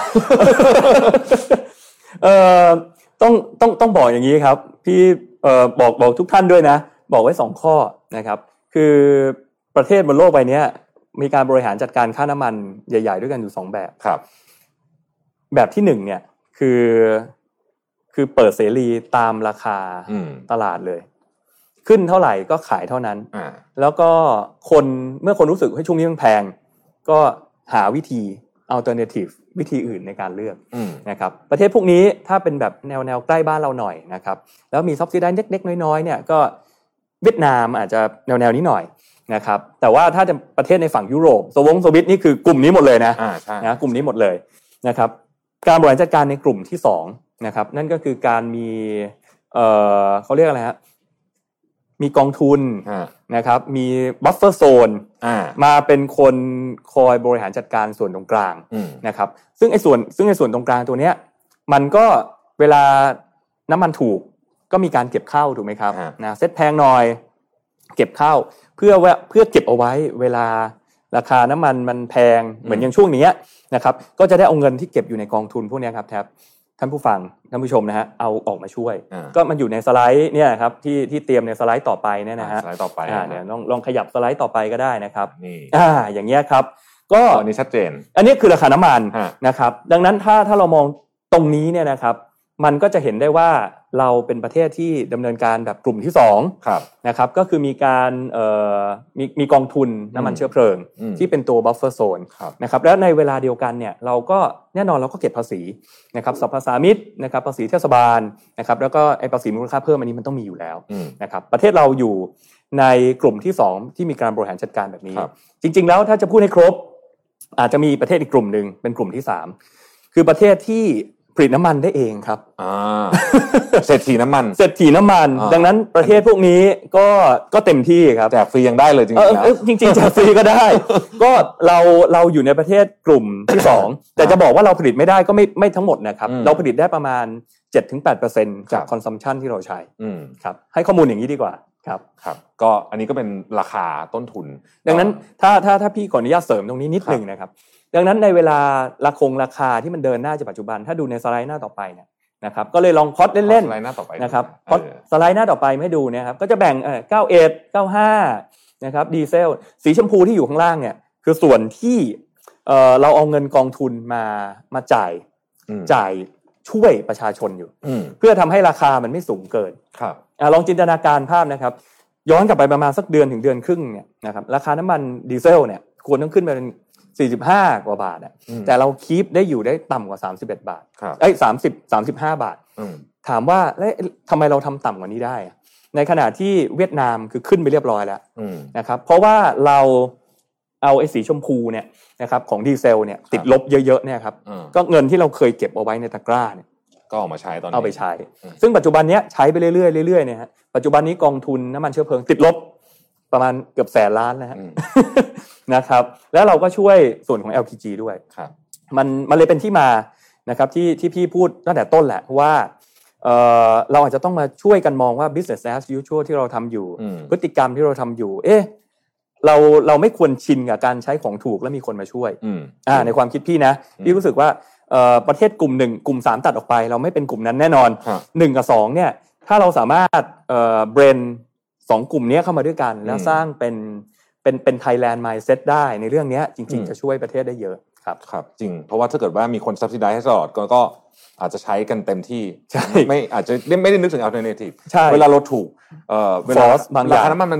เอ่อต้องต้องต้องบอกอย่างนี้ครับพี่เอ่อบอกบอกทุกท่านด้วยนะบอกไว้สองข้อนะครับคือประเทศบนโลกใบนี้มีการบริหารจัดการค่าน้ำมันใหญ่ๆด้วยกันอยู่สองแบบครับแบบที่หนึ่งเนี่ยคือคือเปิดเสรีตามราคาตลาดเลยขึ้นเท่าไหร่ก็ขายเท่านั้นแล้วก็คนเมื่อคนรู้สึกว่าช่วงนี้มันแพงก็หาวิธี alternative วิธีอื่นในการเลือกนะครับประเทศพวกนี้ถ้าเป็นแบบแนวแนวใกล้บ้านเราหน่อยนะครับแล้วมี subsidy เล็กๆน้อยๆเนี่ยก็เวียดนามอาจจะแนวแนวนี้หน่อยนะครับแต่ว่าถ้าจะประเทศในฝั่งยุโรปสวงสวิตนี่คือกลุ่มนี้หมดเลยนะนะกลุ่มนี้หมดเลยนะครับการบริหารจัดการในกลุ่มที่สองนะครับนั่นก็คือการมีเอ่อเขาเรียกอะไรฮะมีกองทุนนะครับมีบัฟเฟอร์โซนมาเป็นคนคอยบริหารจัดการส่วนตรงกลางนะครับซึ่งไอ้ส่วนซึ่งไอ้ส่วนตรงกลางตัวเนี้ยมันก็เวลาน้ำมันถูกก็มีการเก็บเข้าถูกไหมครับนะเซ็ตแพงหน่อยเก็บเข้าเพื่อว่าเพื่อเก็บเอาไว้เวลาราคาน้ำมันมันแพงเหมือนอย่างช่วงนี้นะครับก็จะได้เอาเงินที่เก็บอยู่ในกองทุนพวกนี้ครับแทบท่านผู้ฟังท่านผู้ชมนะฮะเอาออกมาช่วยก็มันอยู่ในสไลด์เนี่ยครับที่ที่เตรียมในสไลด์ต่อไปเนี่ยนะฮะสไลด์ต่อไปอ่าเดี๋ยวลองลองขยับสไลด์ต่อไปก็ได้นะครับนี่อ่าอย่างเงี้ยครับก็อันนี้ชัดเจนอันนี้คือราคาน้ำมันนะครับดังนั้นถ้าถ้าเรามองตรงนี้เนี่ยนะครับมันก็จะเห็นได้ว่าเราเป็นประเทศที่ดำเนินการแบบกลุ่มที่สองนะครับก็คือมีการเอ่อมีมีกองทุนน้ำมันเชื้อเพลิงที่เป็นตัว buffer zone นะครับแล้วในเวลาเดียวกันเนี่ยเราก็แน่นอนเราก็เก็บภาษีนะครับสรรพสามิตนะครับภาษีเทศบาลนะครับแล้วก็ไอ้ภาษีมูลค่าเพิ่มอันนี้มันต้องมีอยู่แล้วนะครับประเทศเราอยู่ในกลุ่มที่สองที่มีการบริหารจัดการแบบนี้จริงๆแล้วถ้าจะพูดให้ครบอาจจะมีประเทศอีกกลุ่มนึงเป็นกลุ่มที่สามคือประเทศที่ผลิตน้ำมันได้เองครับอ่าเศรษฐีน้ำมันเศรษฐีน้ำมันดังนั้นประเทศพวกนี้ก็ก็เต็มที่ครับแจกฟรียังได้เลยจริงๆแล้วจริงๆแจกฟรีก็ได้ก็เราเราอยู่ในประเทศกลุ่มที่สองแต่จะบอกว่าเราผลิตไม่ได้ก็ไม่ไม่ทั้งหมดนะครับเราผลิตได้ประมาณ เจ็ดถึงแปดเปอร์เซ็นต์ จากคอนซัมชันที่เราใช้ครับให้ข้อมูลอย่างนี้ดีกว่าครับครับก็อันนี้ก็เป็นราคาต้นทุนดังนั้นถ้าถ้าถ้าพี่ขออนุญาตเสริมตรงนี้นิดนึงนะครับดังนั้นในเวลาราคงราคาที่มันเดินหน้าจากปัจจุบันถ้าดูในสไลด์หน้าต่อไปเนี่ยนะครับก็เลยลองพอตเล่นๆนะครับพอตสไลด์หน้าต่อไปให้ดูเนี่ยครับก็จะแบ่งเอ่อเก้าสิบเอ็ด เก้าสิบห้านะครับดีเซลสีชมพูที่อยู่ข้างล่างเนี่ยคือส่วนที่เอ่อเราเอาเงินกองทุนมามาจ่ายจ่ายช่วยประชาชนอยู่เพื่อทำให้ราคามันไม่สูงเกินครับอ่ะลองจินตนาการภาพนะครับย้อนกลับไปประมาณสักเดือนถึงเดือนครึ่งเนี่ยนะครับราคาน้ำมันดีเซลเนี่ยควรต้องขึ้นไปเป็นสี่สิบห้ากว่าบาทอ่ะแต่เราคีปได้อยู่ได้ต่ำกว่าสามสิบเอ็ดบาทเอ้ยสามสิบ สามสิบห้าบาทถามว่าแล้วทำไมเราทำต่ำกว่านี้ได้ในขณะที่เวียดนามคือขึ้นไปเรียบร้อยแล้วนะครับเพราะว่าเราเอาไอ้สีชมพูเนี่ยนะครับของดีเซลเนี่ยติดลบเยอะๆเนี่ยครับก็เงินที่เราเคยเก็บเอาไว้ในตะกร้าเนี่ยก็เอามาใช้ตอนนี้เอาไปใช้ซึ่งปัจจุบันนี้ใช้ไปเรื่อยๆเรื่อยๆเนี่ยฮะปัจจุบันนี้กองทุนน้ำมันเชื้อเพลิงติดลบประมาณเกือบแสนล้านนะฮะนะครับแล้วเราก็ช่วยส่วนของ แอล พี จี ด้วยมันมันเลยเป็นที่มานะครับที่ที่พี่พูดตั้งแต่ต้นแหละว่าเอ่อเราอาจจะต้องมาช่วยกันมองว่า business as usual ที่เราทำอยู่พฤติกรรมที่เราทำอยู่เอ๊ะเราเราไม่ควรชินกับการใช้ของถูกแล้วมีคนมาช่วยอ่าในความคิดพี่นะพี่รู้สึกว่าเอ่อประเทศกลุ่มหนึ่งกลุ่มสามตัดออกไปเราไม่เป็นกลุ่มนั้นแน่นอนหนึ่งกับสองเนี่ยถ้าเราสามารถเอ่อเบรนสองกลุ่มนี้เข้ามาด้วยกันแล้วสร้างเป็นเป็นเป็น Thailand mindset ได้ในเรื่องนี้จริงๆจะช่วยประเทศได้เยอะครับครับจริงเพราะว่าถ้าเกิดว่ามีคน subsidize ให้ตลอดก็ก็อาจจะใช้กันเต็มที่ไม่อาจจะไม่ได้นึกถึง alternative เวลาเราถูกเอ่อเวลาราคาน้ำมันมันถูก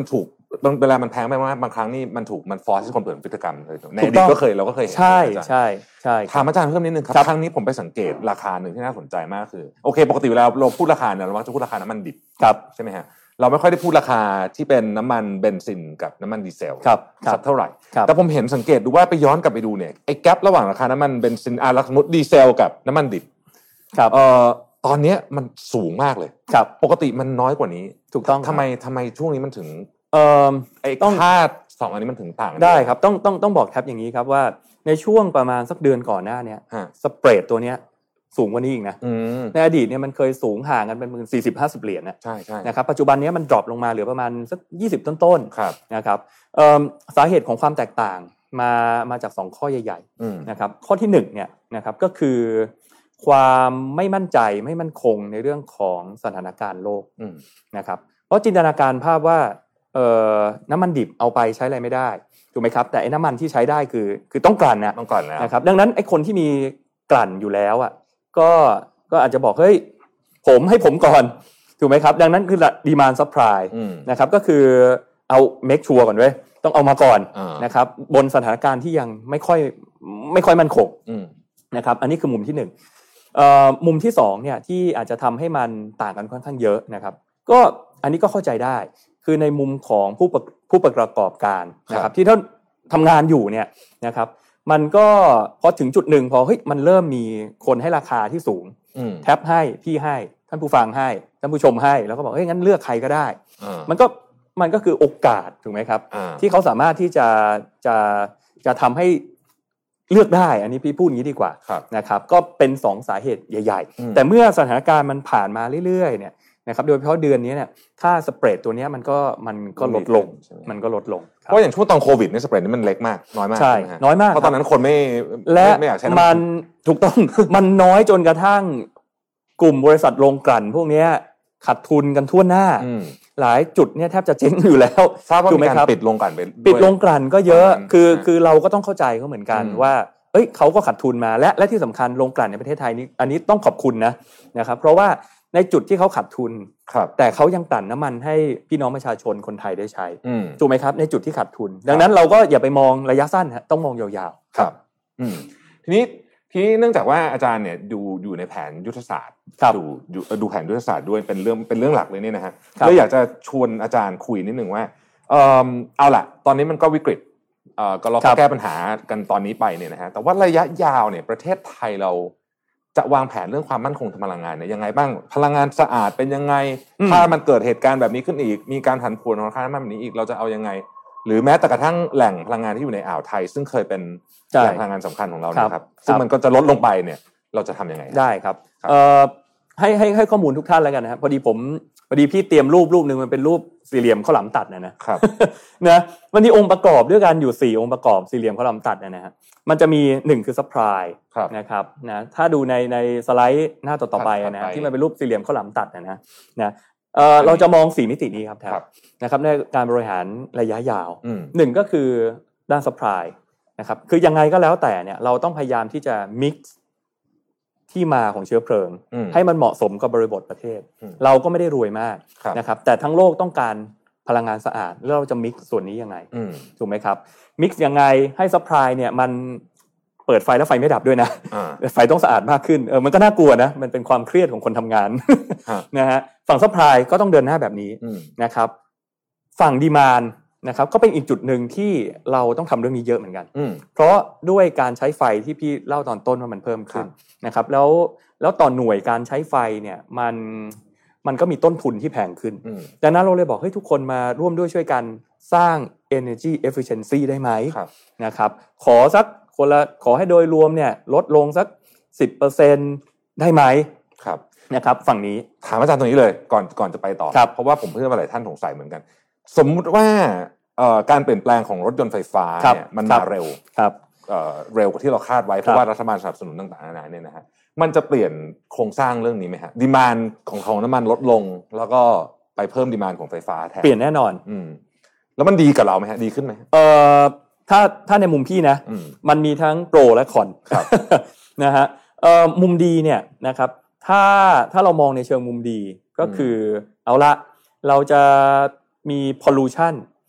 บางเวลามันแพงไปมากบางครั้งนี่มันถูกมันฟอร์สให้คนเปลี่ยนพฤติกรรมเลยในอดีตก็เคยเราก็เคยเห็นใช่ใช่ใช่ถามอาจารย์เพิ่มนิดนึงครับครั้งนี้ผมไปสังเกตราคาหนึ่งที่น่าสนใจมากคือโอเคปกติเวลาเราพูดราคาเนี่ยเรามักจะพูดราคาน้ำมันดิบครับใช่ไหมฮะเราไม่ค่อยได้พูดราคาที่เป็นน้ำมันเบนซินกับน้ำมันดีเซลสักเท่าไหร่แต่ผมเห็นสังเกตดูว่าไปย้อนกลับไปดูเนี่ยไอ้แกประหว่างราคาน้ำมันเบนซินอ่ะสมมติดีเซลกับน้ำมันดิบครับเอ่อตอนนี้มันสูงมากเลยครับปกติมันน้อยกว่านี้ถูกต้องทำไมทำไมช่วงนี้มันถึงเอ่อไอ้ค่าสองอันนี้มันถึงต่างได้ครับต้องต้องต้องบอกแท็บอย่างนี้ครับว่าในช่วงประมาณสักเดือนก่อนหน้านี้สเปรดตัวเนี้ยสูงกว่านี้อีกนะในอดีตเนี่ยมันเคยสูงห่างกันเป็นสี่สิบ ห้าสิบเหรียญนะใช่ๆนะครับปัจจุบันนี้มันดรอปลงมาเหลือประมาณสักยี่สิบต้นๆนะครับเอ่อสาเหตุของความแตกต่างมามาจากสองข้อใหญ่ๆนะครับข้อที่หนึ่งเนี่ยนะครับก็คือความไม่มั่นใจไม่มั่นคงในเรื่องของสถานการณ์โลกนะครับเพราะจินตนาการภาพว่าเอ่อน้ำมันดิบเอาไปใช้อะไรไม่ได้ถูกไหมครับแต่ไอ้น้ำมันที่ใช้ได้คือคือต้องกลั่นนะต้องกลั่นแล้วนะครับดังนั้นไอ้คนที่มีกลั่นอยู่แล้วอ่ะก็ก็อาจจะบอกเฮ้ยผมให้ผมก่อนถูกไหมครับดังนั้นคือดีมานด์ซัพพลายนะครับก็คือเอาเมคชัวร์ก่อนเว้ยต้องเอามาก่อนนะครับบนสถานการณ์ที่ยังไม่ค่อยไม่ค่อยมั่นคงนะครับอันนี้คือมุมที่หนึ่งเอ่อมุมที่สองเนี่ยที่อาจจะทำให้มันต่างกันค่อนข้างเยอะนะครับก็อันนี้ก็เข้าใจได้คือในมุมของผู้ผู้ประกอบการนะครับที่ท่านทำงานอยู่เนี่ยนะครับมันก็พอถึงจุดหนึ่งพอเฮ้ยมันเริ่มมีคนให้ราคาที่สูงแท็บให้พี่ให้ท่านผู้ฟังให้ท่านผู้ชมให้แล้วก็บอกเฮ้ยงั้นเลือกใครก็ได้มันก็มันก็คือโอกาสถูกไหมครับที่เขาสามารถที่จะจะจะทำให้เลือกได้อันนี้พี่พูดอย่างนี้ดีกว่านะครับก็เป็นสองสาเหตุใหญ่ๆแต่เมื่อสถานการณ์มันผ่านมาเรื่อยๆเนี่ยนะครับโดยเฉพาะเดือนนี้เนี่ยค่าสเปรดตัวนี้มันก็มันก็ลดลงมันก็ลดลงเพราะอย่างช่วงตอนโควิดเนี่ยสเปรดนี่มันเล็กมากน้อยมากใช่น้อยมากเพราะตอนนั้นคนไม่และไม่อยากใช้มันถูกต้องมันน้อยจนกระทั่งกลุ่มบริษัทโรงกลั่นพวกนี้ขาดทุนกันทั่วหน้าหลายจุดเนี่ยแทบจะเจ๊งอยู่แล้วทราบว่ามีการปิดโรงกลั่นไปปิดโรงกลั่นก็เยอะคือคือเราก็ต้องเข้าใจเขาเหมือนกันว่าเอ้ยเขาก็ขาดทุนมาและและที่สำคัญโรงกลั่นในประเทศไทยนี้อันนี้ต้องขอบคุณนะนะครับเพราะว่าในจุดที่เขาขาดทุนแต่เขายังกลั่นน้ำมันให้พี่น้องประชาชนคนไทยได้ใช้ถูกไหมครับในจุดที่ขาดทุนดังนั้นเราก็อย่าไปมองระยะสั้นฮะต้องมองยาวๆครับทีนี้ทีนี้เนื่องจากว่าอาจารย์เนี่ยดูอยู่ในแผนยุทธศาสตร์ดูดูแผนยุทธศาสตร์ด้วยเป็นเรื่องเป็นเรื่องหลักเลยนี่นะฮะก็อยากจะชวนอาจารย์คุยนิดนึงว่าเออเอาล่ะตอนนี้มันก็วิกฤตเอ่อก็เราแก้ปัญหากันตอนนี้ไปเนี่ยนะฮะแต่ว่าระยะยาวเนี่ยประเทศไทยเราจะวางแผนเรื่องความมั่นคงทางพลังงานเนี่ยยังไงบ้างพลังงานสะอาดเป็นยังไงถ้ามันเกิดเหตุการณ์แบบนี้ขึ้นอีกมีการผันผวนของราคาน้ำมันแบบนี้อีกเราจะเอายังไงหรือแม้แต่กระทั่งแหล่งพลังงานที่อยู่ในอ่าวไทยซึ่งเคยเป็นแหล่งพลังงานสำคัญของเรานะครับซึ่งมันก็จะลดลงไปเนี่ยเราจะทำยังไงได้ครับเอ่อให้ให้ให้ข้อมูลทุกท่านแล้วกันนะครับพอดีผมพอดีพี่เตรียมรูปรูปนึงมันเป็นรูปสี่เหลี่ยมข้าวหลามตัดนะนะครับนะมันมีองค์ประกอบด้วยกันอยู่สี่องค์ประกอบสี่เหลี่ยมข้าวหลามตัดนะฮะมันจะมีหนึ่งคือ supply นะครับนะถ้าดูในในสไลด์หน้าต่อๆไปนะที่มันเป็นรูปสี่เหลี่ยมข้าวหลามตัดนะนะนะเอ่อเราจะมองสี่มิตินี้ครับนะครับในการบริหารระยะยาวหนึ่งก็คือด้าน supply นะครับคือยังไงก็แล้วแต่เนี่ยเราต้องพยายามที่จะ mix ที่มาของเชื้อเพลิงให้มันเหมาะสมกับบริบทประเทศเราก็ไม่ได้รวยมากนะครับแต่ทั้งโลกต้องการพลังงานสะอาดแล้วเราจะ mix ส่วนนี้ยังไงถูกไหมครับ mix ยังไงให้ supply เนี่ยมันเปิดไฟแล้วไฟไม่ดับด้วยนะไฟต้องสะอาดมากขึ้นเออมันก็น่ากลัวนะมันเป็นความเครียดของคนทำงานนะฮะฝั่ง supply ก็ต้องเดินหน้าแบบนี้นะครับฝั่ง demand นะครับก็เป็นอีกจุดหนึ่งที่เราต้องทำเรื่องนี้เยอะเหมือนกันเพราะด้วยการใช้ไฟที่พี่เล่าตอนต้นว่ามันเพิ่มขึ้นนะครับแล้วแล้วต่อหน่วยการใช้ไฟเนี่ยมันมันก็มีต้นทุนที่แพงขึ้นดังนั้นเราเลยบอกให้ทุกคนมาร่วมด้วยช่วยกันสร้าง energy efficiency ได้ไหมนะครับขอสักคนละขอให้โดยรวมเนี่ยลดลงสัก สิบเปอร์เซ็นต์ ได้ไหมครับนะครับฝั่งนี้ถามอาจารย์ตรงนี้เลยก่อนก่อนจะไปต่อเพราะว่าผมเชื่อว่าหลายท่านสงสัยเหมือนกันสมมุติว่าการเปลี่ยนแปลงของรถยนต์ไฟฟ้าเนี่ยมันมาเร็วเร็วกว่าที่เราคาดไว้เพราะว่ารัฐบาลสนับสนุนต่างๆนานาเนี่ยนะฮะมันจะเปลี่ยนโครงสร้างเรื่องนี้ไหมฮะดีมานด์ของของน้ำมันลดลงแล้วก็ไปเพิ่มดีมานด์ของไฟฟ้าแทนเปลี่ยนแน่นอนอืมแล้วมันดีกับเราไหมฮะดีขึ้นไหมเอ่อถ้าถ้าในมุมพี่นะมันมีทั้งโปรและคอนนะฮะเอ่อมุมดีเนี่ยนะครับถ้าถ้าเรามองในเชิงมุมดีก็คือเอาละเราจะมี pollution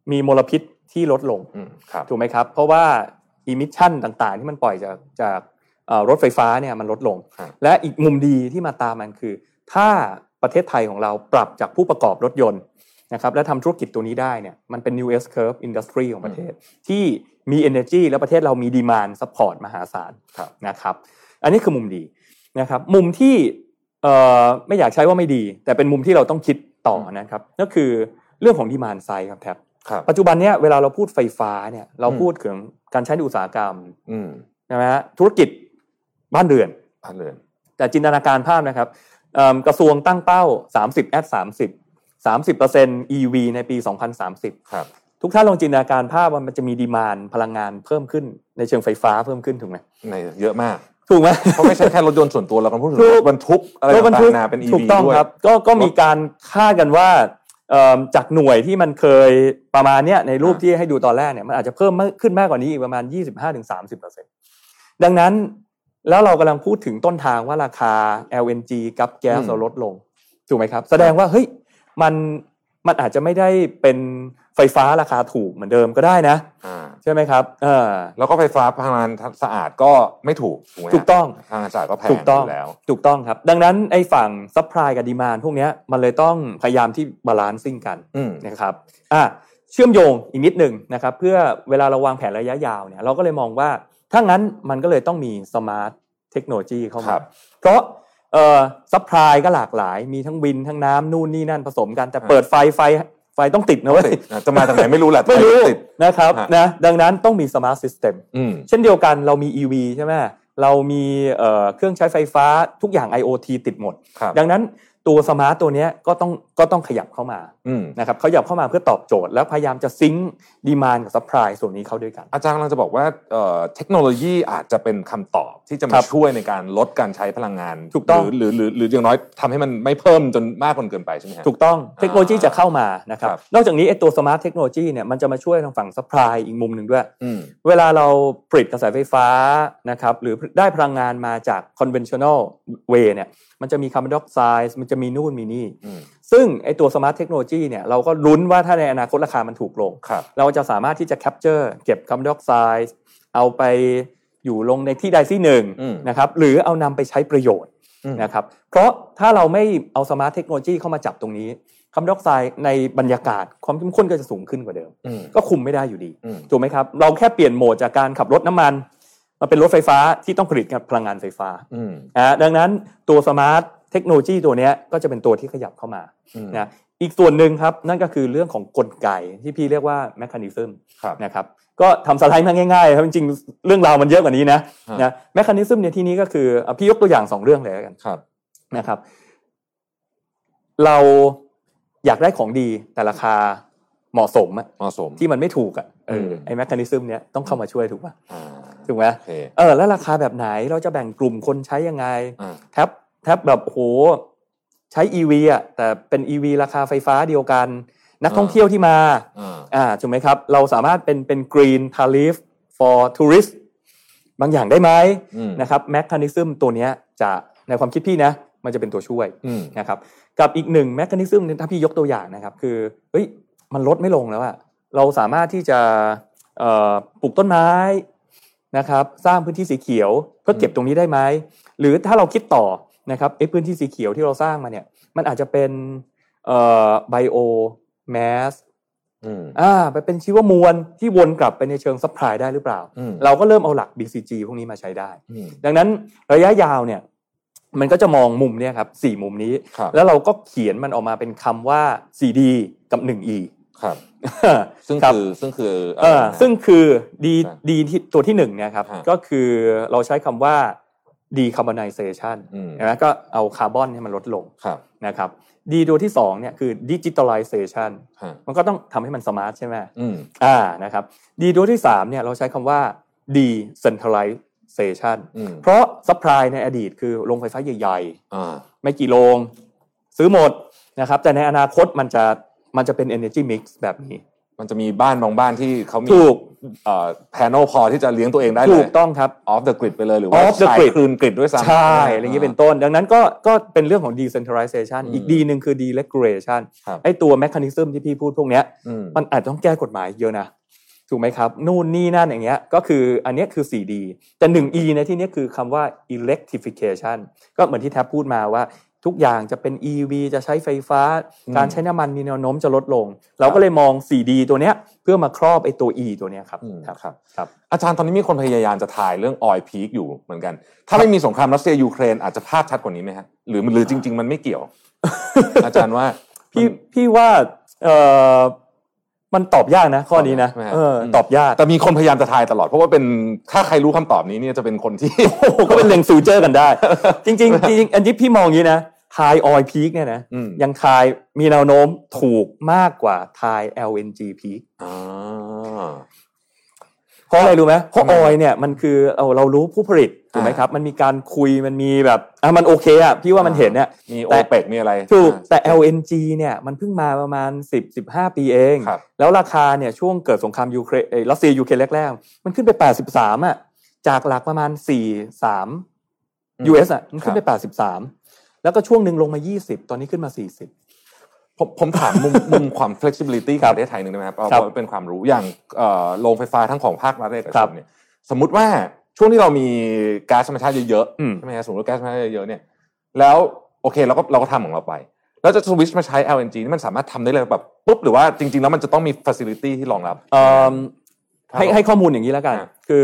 มีมลพิษที่ลดลงถูกไหมครับเพราะว่าอิมิชชั่นต่างๆที่มันปล่อยจากจากรถไฟฟ้าเนี่ยมันลดลงและอีกมุมดีที่มาตามมันคือถ้าประเทศไทยของเราปรับจากผู้ประกอบรถยนต์นะครับและทำธุรกิจตัวนี้ได้เนี่ยมันเป็น new S curve industry ของประเทศที่มี energy และประเทศเรามี demand support มหาศาลนะครับอันนี้คือมุมดีนะครับมุมที่เอ่อไม่อยากใช้ว่าไม่ดีแต่เป็นมุมที่เราต้องคิดต่อนะครับก็คือเรื่องของ demand side ครับแท็บปัจจุบันเนี้ยเวลาเราพูดไฟฟ้าเนี่ยเราพูดถึงการใช้ในอุตสาหกรรมใช่ไหมฮะธุรกิจบ้านเรือนบ้านเรือนแต่จินตนาการภาพนะครับกระทรวงตั้งเป้าสามสิบ at สามสิบ สามสิบเปอร์เซ็นต์ อี วี ในปีสองพันสามสิบครับทุกท่านลองจินตนาการภาพว่ามันจะมีดีมานด์พลังงานเพิ่มขึ้นในเชิงไฟฟ้าเพิ่มขึ้นถูกไหมในเยอะมากถูกไหมเพราะไม่ใช่แค่รถยนต์ส่วนตัวเราก็พูดถึงรถบรรทุกอะไรต่างๆนะเป็น อี วีถูกต้องครับก็ก็มีการคาดกันว่าจากหน่วยที่มันเคยประมาณเนี้ยในรูปที่ให้ดูตอนแรกเนี่ยมันอาจจะเพิ่มขึ้นมากกว่านี้อีกประมาณ ยี่สิบห้าถึงสามสิบเปอร์เซ็นต์ ดังนั้นแล้วเรากำลังพูดถึงต้นทางว่าราคา แอล เอ็น จี กับแก๊สเราลดลงถูกไหมครับแสดงว่าเฮ้ยมันมันอาจจะไม่ได้เป็นไฟฟ้าราคาถูกเหมือนเดิมก็ได้นะใช่ไหมครับเออแล้วก็ไฟฟ้าพลังงานสะอาดก็ไม่ถูกถูกไหมถูกต้องพลังงานสะอาดก็แพงอยู่แล้วถูกต้องครับดังนั้นไอ้ฝั่งซัพพลายกับดีมานด์พวกนี้มันเลยต้องพยายามที่บาลานซิ่งกันนะครับอ่ะเชื่อมโยงอีกนิดนึงนะครับเพื่อเวลาเราวางแผนระยะยาวเนี่ยเราก็เลยมองว่าถ้างั้นมันก็เลยต้องมีสมาร์ทเทคโนโลยีเข้ามาเพราะเอ่อซัพพลายก็หลากหลายมีทั้งวินทั้งน้ำนู่นนี่นั่นผสมกันแต่เปิดไฟไฟไฟต้องติดนะเว้ยจะมาจากไหนไม่รู้แหละไม่รู้นะครับนะดังนั้นต้องมีสมาร์ทซิสเต็มเช่นเดียวกันเรามี อี วี ใช่ไหมเรามีเอ่อเครื่องใช้ไฟฟ้าทุกอย่าง ไอ โอ ที ติดหมดดังนั้นตัวสมาร์ตตัวนี้ก็ต้องก็ต้องขยับเข้ามานะครับขยับเข้ามาเพื่อตอบโจทย์แล้วพยายามจะซิงค์ดีมานด์กับซัพพลายส่วนนี้เข้าด้วยกันอาจารย์กำลังจะบอกว่าเอ่อเทคโนโลยีอาจจะเป็นคำตอบที่จะมาช่วยในการลดการใช้พลังงานถูกต้องหรือหรือหรืออย่างน้อยทำให้มันไม่เพิ่มจนมากจนเกินไปใช่ไหมครับถูกต้องเทคโนโลยีจะเข้ามานะครับนอกจากนี้ไอ้ตัวสมาร์ทเทคโนโลยีเนี่ยมันจะมาช่วยทางฝั่งซัพพลายอีกมุมหนึ่งด้วยเวลาเราผลิตกระแสไฟฟ้านะครับหรือได้พลังงานมาจาก conventional way เนี่ยมันจะมีคาร์บอนไดออกไซด์มันจะมีนู่นมีนี่ซึ่งไอตัวสมาร์ทเทคโนโลยีเนี่ยเราก็ลุ้นว่าถ้าในอนาคตราคามันถูกลงเราจะสามารถที่จะแคปเจอร์เก็บคาร์บอนไดออกไซด์เอาไปอยู่ลงในที่ใดที่หนึ่งนะครับหรือเอานำไปใช้ประโยชน์นะครับเพราะถ้าเราไม่เอาสมาร์ทเทคโนโลยีเข้ามาจับตรงนี้คาร์บอนไดออกไซด์ในบรรยากาศความเข้มข้นก็จะสูงขึ้นกว่าเดิมก็คุมไม่ได้อยู่ดีถูกไหมครับเราแค่เปลี่ยนโหมดจากการขับรถน้ำมันมาเป็นรถไฟฟ้าที่ต้องผลิตกับพลังงานไฟฟ้าอ่าดังนั้นตัวสมาร์ทเทคโนโลยีตัวนี้ก็จะเป็นตัวที่ขยับเข้ามานะอีกส่วนหนึ่งครับนั่นก็คือเรื่องของกลไกที่พี่เรียกว่าแมคานิซึมนะครับก็ทำสไลด์มาง่ายๆครับจริงๆเรื่องราวมันเยอะกว่านี้นะนะแมคานิซึมในที่นี้ก็คือพี่ยกตัวอย่างสองเรื่องเลยกันนะครับเราอยากได้ของดีแต่ราคาเหมาะสมอะเหมาะสมที่มันไม่ถูกอ่ะเออไอ้แมคานิซึมเนี้ยต้องเข้ามาช่วยถูกป่ะถูกไหมเออแล้วราคาแบบไหนเราจะแบ่งกลุ่มคนใช้ยังไงแท็บแท็บแบบโหใช้ อี วี อ่ะแต่เป็น อี วี ราคาไฟฟ้าเดียวกันนักท่องเที่ยวที่มาอ่าถูกไหมครับเราสามารถเป็นเป็น green tariff for tourist บางอย่างได้ไหมนะครับแมคานิซึมตัวเนี้ยจะในความคิดพี่นะมันจะเป็นตัวช่วยนะครับกับอีกหนึ่งแมคานิซึมถ้าพี่ยกตัวอย่างนะครับคือเฮ้ยมันลดไม่ลงแล้วอะเราสามารถที่จะเอ่อปลูกต้นไม้นะครับสร้างพื้นที่สีเขียวเพื่อเก็บตรงนี้ได้ไหมหรือถ้าเราคิดต่อนะครับไอ้พื้นที่สีเขียวที่เราสร้างมาเนี่ยมันอาจจะเป็นเอ่อไบโอแมสอ่าไปเป็นชีวมวลที่วนกลับไปในเชิงซัพพลายได้หรือเปล่าเราก็เริ่มเอาหลัก บี ซี จี พวกนี้มาใช้ได้ดังนั้นระยะยาวเนี่ยมันก็จะมองมุมเนี่ยครับสี่มุมนี้แล้วเราก็เขียนมันออกมาเป็นคำว่า ซี ดี กับ หนึ่ง อีครับซึ่งคือซึ่งคือเออซึ่งคือดีดีที่ตัวที่หนึ่งเนี่ยครับก็คือเราใช้คำว่า decarbonization นะก็เอาคาร์บอนให้มันลดลงนะครับดีตัวที่สองเนี่ยคือ digitalization มันก็ต้องทำให้มันสมาร์ทใช่ไหมอ่านะครับดีตัวที่สามเนี่ยเราใช้คำว่า decentralization เพราะ supply ในอดีตคือโรงไฟฟ้าใหญ่ๆไม่กี่โรงซื้อหมดนะครับแต่ในอนาคตมันจะมันจะเป็น energy mix แบบนี้มันจะมีบ้านบางบ้านที่เขามีถูกเอ่อ panel พอที่จะเลี้ยงตัวเองได้เลยถูกต้องครับ off the grid ไปเลยหรือว่า off the grid คืน grid ด้วยซ้ำใช่อะไรอย่างนี้เป็นต้นดังนั้นก็ก็เป็นเรื่องของ decentralization อีกดีนึงคือ deregulation ไอ้ตัว mechanism ที่พี่พูดพวกเนี้ยมันอาจต้องแก้กฎหมายเยอะนะถูกไหมครับนู่นนี่นั่นอย่างเงี้ยก็คืออันนี้คือ โฟร์ ดี แต่ วัน อี ในที่นี้คือคำว่า electrification ก็เหมือนที่แท็บพูดมาว่าทุกอย่างจะเป็น อี วี จะใช้ไฟฟ้าการใช้น้ำมันมีแนวโน้มจะลดลงเราก็เลยมอง โฟร์ ดี ตัวเนี้ยเพื่อมาครอบไอ้ตัว E ตัวเนี้ยครับครับครับอาจารย์ตอนนี้มีคนพยายามจะถ่ายเรื่อง oil peak อยู่เหมือนกันถ้าไม่มีสงครามรัสเซียยูเครนอาจจะภาพชัดกว่านี้ไหมฮะหรือหรือจริงๆมันไม่เกี่ยว อาจารย์ว่าพี่พี่ว่าเอ่อมันตอบยากนะข้อนี้นะเออตอบยากแต่มีคนพยายามจะทายตลอดเพราะว่าเป็นถ้าใครรู้คำตอบนี้เนี่ยจะเป็นคนที่ก็เป็นเล็งฟิวเจอร์กันได้ จริงๆจริงๆอันนี้พี่มองอย่างนี้นะทาย oil peak เนี่ยนะยังทายมีแนวโน้มถูกมากกว่าทาย แอล เอ็น จี peak อ๋อเพราะอะไรรู้ไหมเพราะ oil เนี่ยมันคือเราเรารู้ผู้ผลิตถูกไหมครับมันมีการคุยมันมีแบบอ่ะมันโอเคอ่ะพี่ว่ามันเห็นเนี่ยมี โอเปก มีอะไรถูกแต่ แอล เอ็น จี เนี่ยมันเพิ่งมาประมาณสิบ สิบห้าปีเองแล้วราคาเนี่ยช่วงเกิดสงครามยูเครนรัสเซียยูเครนแรกๆมันขึ้นไปแปดสิบสามอ่ะจากหลักประมาณสี่สิบสาม ยู เอส อ่ะมันขึ้นไปแปดสิบสามแล้วก็ช่วงนึงลงมายี่สิบตอนนี้ขึ้นมาสี่สิบผมผมถามมุมมุมความ flexibility ของประเทศไทยนึงได้มั้ยครับเอาเป็นความรู้อย่างเอ่อโรงไฟฟ้าทั้งของภาครัฐเอกชนเนี่ยสมมุติว่าช่วงที่เรามีก๊าซธรรมชาติเยอะๆใช่มั้ยฮะสมมุติว่าก๊าซธรรมชาติเยอะๆเนี่ยแล้วโอเคเราก็เราก็ทำของเราไปแล้วจะสวิตช์มาใช้ แอล เอ็น จี นี่มันสามารถทำได้เลยแบบปุ๊บหรือว่าจริงๆแล้วมันจะต้องมี facility ที่รองรับเอ่อให้ให้ข้อมูลอย่างนี้แล้วกันคือ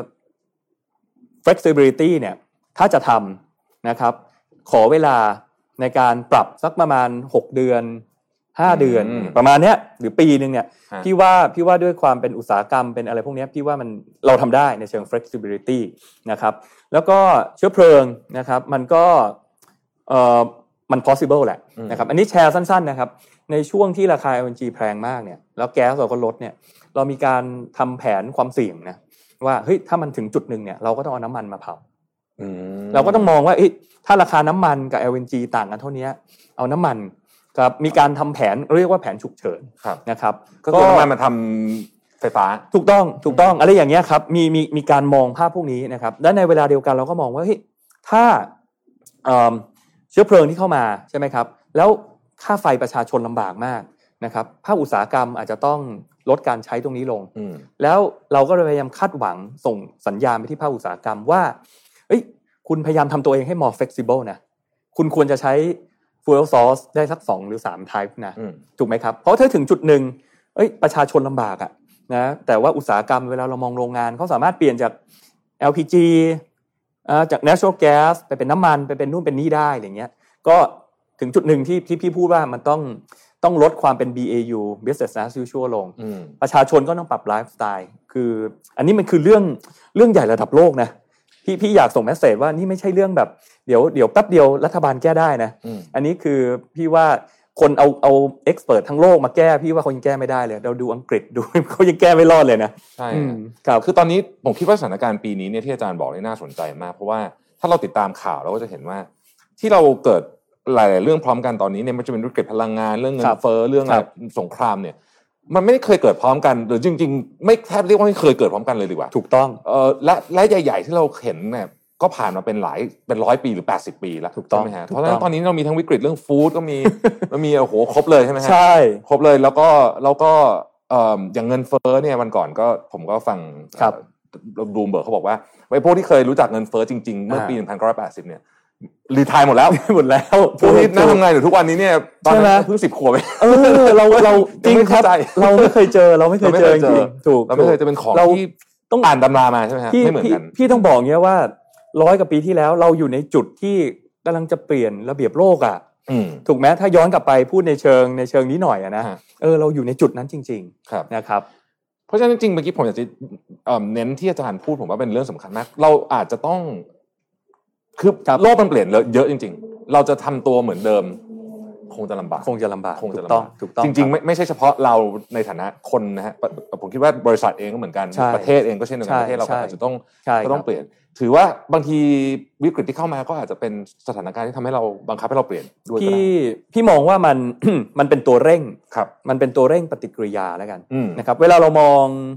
flexibility เนี่ยถ้าจะทำนะครับขอเวลาในการปรับสักประมาณหกเดือนห้าเดือนประมาณเนี้ยหรือปีนึงเนี่ยพี่ว่าพี่ว่าด้วยความเป็นอุตสาหกรรมเป็นอะไรพวกนี้พี่ว่ามันเราทำได้ในเชิง flexibility นะครับแล้วก็เชื้อเพลิงนะครับมันก็เอ่อมัน possible แหละนะครับอันนี้แชร์สั้นๆนะครับในช่วงที่ราคา แอล เอ็น จี แพงมากเนี่ยแล้วแก๊สเราก็ลดเนี่ยเรามีการทำแผนความเสี่ยงนะว่าเฮ้ยถ้ามันถึงจุดนึงเนี่ยเราก็ต้องเอาน้ำมันมาเผาเราก็ต้องมองว่าถ้าราคาน้ำมันกับ แอล เอ็น จี ต่างกันเท่านี้เอาน้ำมันครับมีการทำแผนเรียกว่าแผนฉุกเฉินนะครับก็คือน้ำมันมาทำไฟฟ้าถูกต้องถูกต้องอะไรอย่างเงี้ยครับมีมีมีการมองภาพพวกนี้นะครับและในเวลาเดียวกันเราก็มองว่าเฮ้ยถ้าเชื้อเพลิงที่เข้ามาใช่ไหมครับแล้วค่าไฟประชาชนลำบากมากนะครับภาคอุตสาหกรรมอาจจะต้องลดการใช้ตรงนี้ลงแล้วเราก็พยายามคาดหวังส่งสัญญาณไปที่ภาคอุตสาหกรรมว่าเอ้ยคุณพยายามทำตัวเองให้ more flexible นะคุณควรจะใช้ fuel source ได้สักสองหรือสาม type นะถูกไหมครับเพราะถ้าถึงจุดหนึ่งเอ้ยประชาชนลำบากอ่ะนะแต่ว่าอุตสาหกรรมเวลาเรามองโรงงานเขาสามารถเปลี่ยนจาก แอล พี จี อ่าจาก natural gas ไปเป็นน้ำมันไปเป็นนู่นเป็นนี่ได้อะไรเงี้ยก็ถึงจุดหนึ่งที่ที่พี่พูดว่ามันต้องต้องลดความเป็น บี เอ ยู business as usual ลงประชาชนก็ต้องปรับไลฟ์สไตล์คืออันนี้มันคือเรื่องเรื่องใหญ่ระดับโลกนะพี่พี่อยากส่งเมสเสจว่านี่ไม่ใช่เรื่องแบบเดี๋ยวเดี๋ยวแป๊บเดียวรัฐบาลแก้ได้นะอันนี้คือพี่ว่าคนเอาเอาเอ็กซ์เพิร์ททั้งโลกมาแก้พี่ว่าเขายังแก้ไม่ได้เลยเราดูอังกฤษดูเขายังแก้ไม่รอดเลยนะใช่ครับคือตอนนี้ผมคิดว่าสถานการณ์ปีนี้เนี่ยที่อาจารย์บอกนี่น่าสนใจมากเพราะว่าถ้าเราติดตามข่าวเราก็จะเห็นว่าที่เราเกิดหลายๆเรื่องพร้อมกันตอนนี้เนี่ยมันจะเป็นวิกฤตพลังงานเรื่องเงินเฟ้อเรื่องสงครามเนี่ยมันไม่เคยเกิดพร้อมกันหรือจริงๆไม่แทบเรียกว่าไม่เคยเกิดพร้อมกันเลยดีกว่าถูกต้องเอ่อและและใหญ่ๆที่เราเห็นเนี่ยก็ผ่านมาเป็นหลายเป็นร้อยปีหรือแปดสิบปีแล้วถูกต้องใช่มั้ยฮะเพราะฉะนั้นตอนนี้เรามีทั้งวิกฤตเรื่องฟู้ดก็มีมันมีโอ้โหครบเลยใช่มั้ยฮะใช่ครบเลยแล้วก็แล้วก็เอ่ออย่างเงินเฟ้อเนี่ยวันก่อนก็ผมก็ฟังบลูมเบิร์กเขาบอกว่าไอ้พวกที่เคยรู้จักเงินเฟ้อจริงๆเมื่อปีหนึ่งพันเก้าร้อยแปดสิบเนี่ยรีไทร์หมดแล้วหมดแล้วพวกนี้นั่งทำงานอยู่ทุกวันนี้เนี่ยตอนนั้นเพิ่งสิบขวบเองเออเราเราจริงครับเราไม่เคยเจอเราไม่เคยเจอจริงถูกเราไม่เคยจะเป็นของที่ต้องอ่านตำรามาใช่ไหมฮะไม่เหมือนกันพี่ต้องบอกเงี้ยว่าร้อยกว่าปีที่แล้วเราอยู่ในจุดที่กำลังจะเปลี่ยนระเบียบโลกอ่ะถูกไหมถ้าย้อนกลับไปพูดในเชิงในเชิงนี้หน่อยอะนะเออเราอยู่ในจุดนั้นจริงๆนะครับเพราะฉะนั้นจริงๆเมื่อกี้ผมอยากจะเน้นที่อาจารย์พูดผมว่าเป็นเรื่องสำคัญมากเราอาจจะต้องคือโลกมันเปลี่ยนเยอะจริงๆเราจะทำตัวเหมือนเดิมคงจะลำบากคงจะลำบากคงจะลำบากถูกต้องจริงๆไม่ไม่ใช่เฉพาะเราในฐานะคนนะฮะผมคิดว่าบริษัทเองก็เหมือนกันประเทศเองก็เช่นเดียวกันประเทศเราก็อาจจะต้องก็ต้องเปลี่ยนถือว่าบางทีวิกฤตที่เข้ามาก็อาจจะเป็นสถานการณ์ที่ทำให้เราบังคับให้เราเปลี่ยนด้วยก็ได้พี่พี่มองว่ามัน มันเป็นตัวเร่งครับมันเป็นตัวเร่งปฏิกิริยาแล้วกันนะครับเวลาเรามอง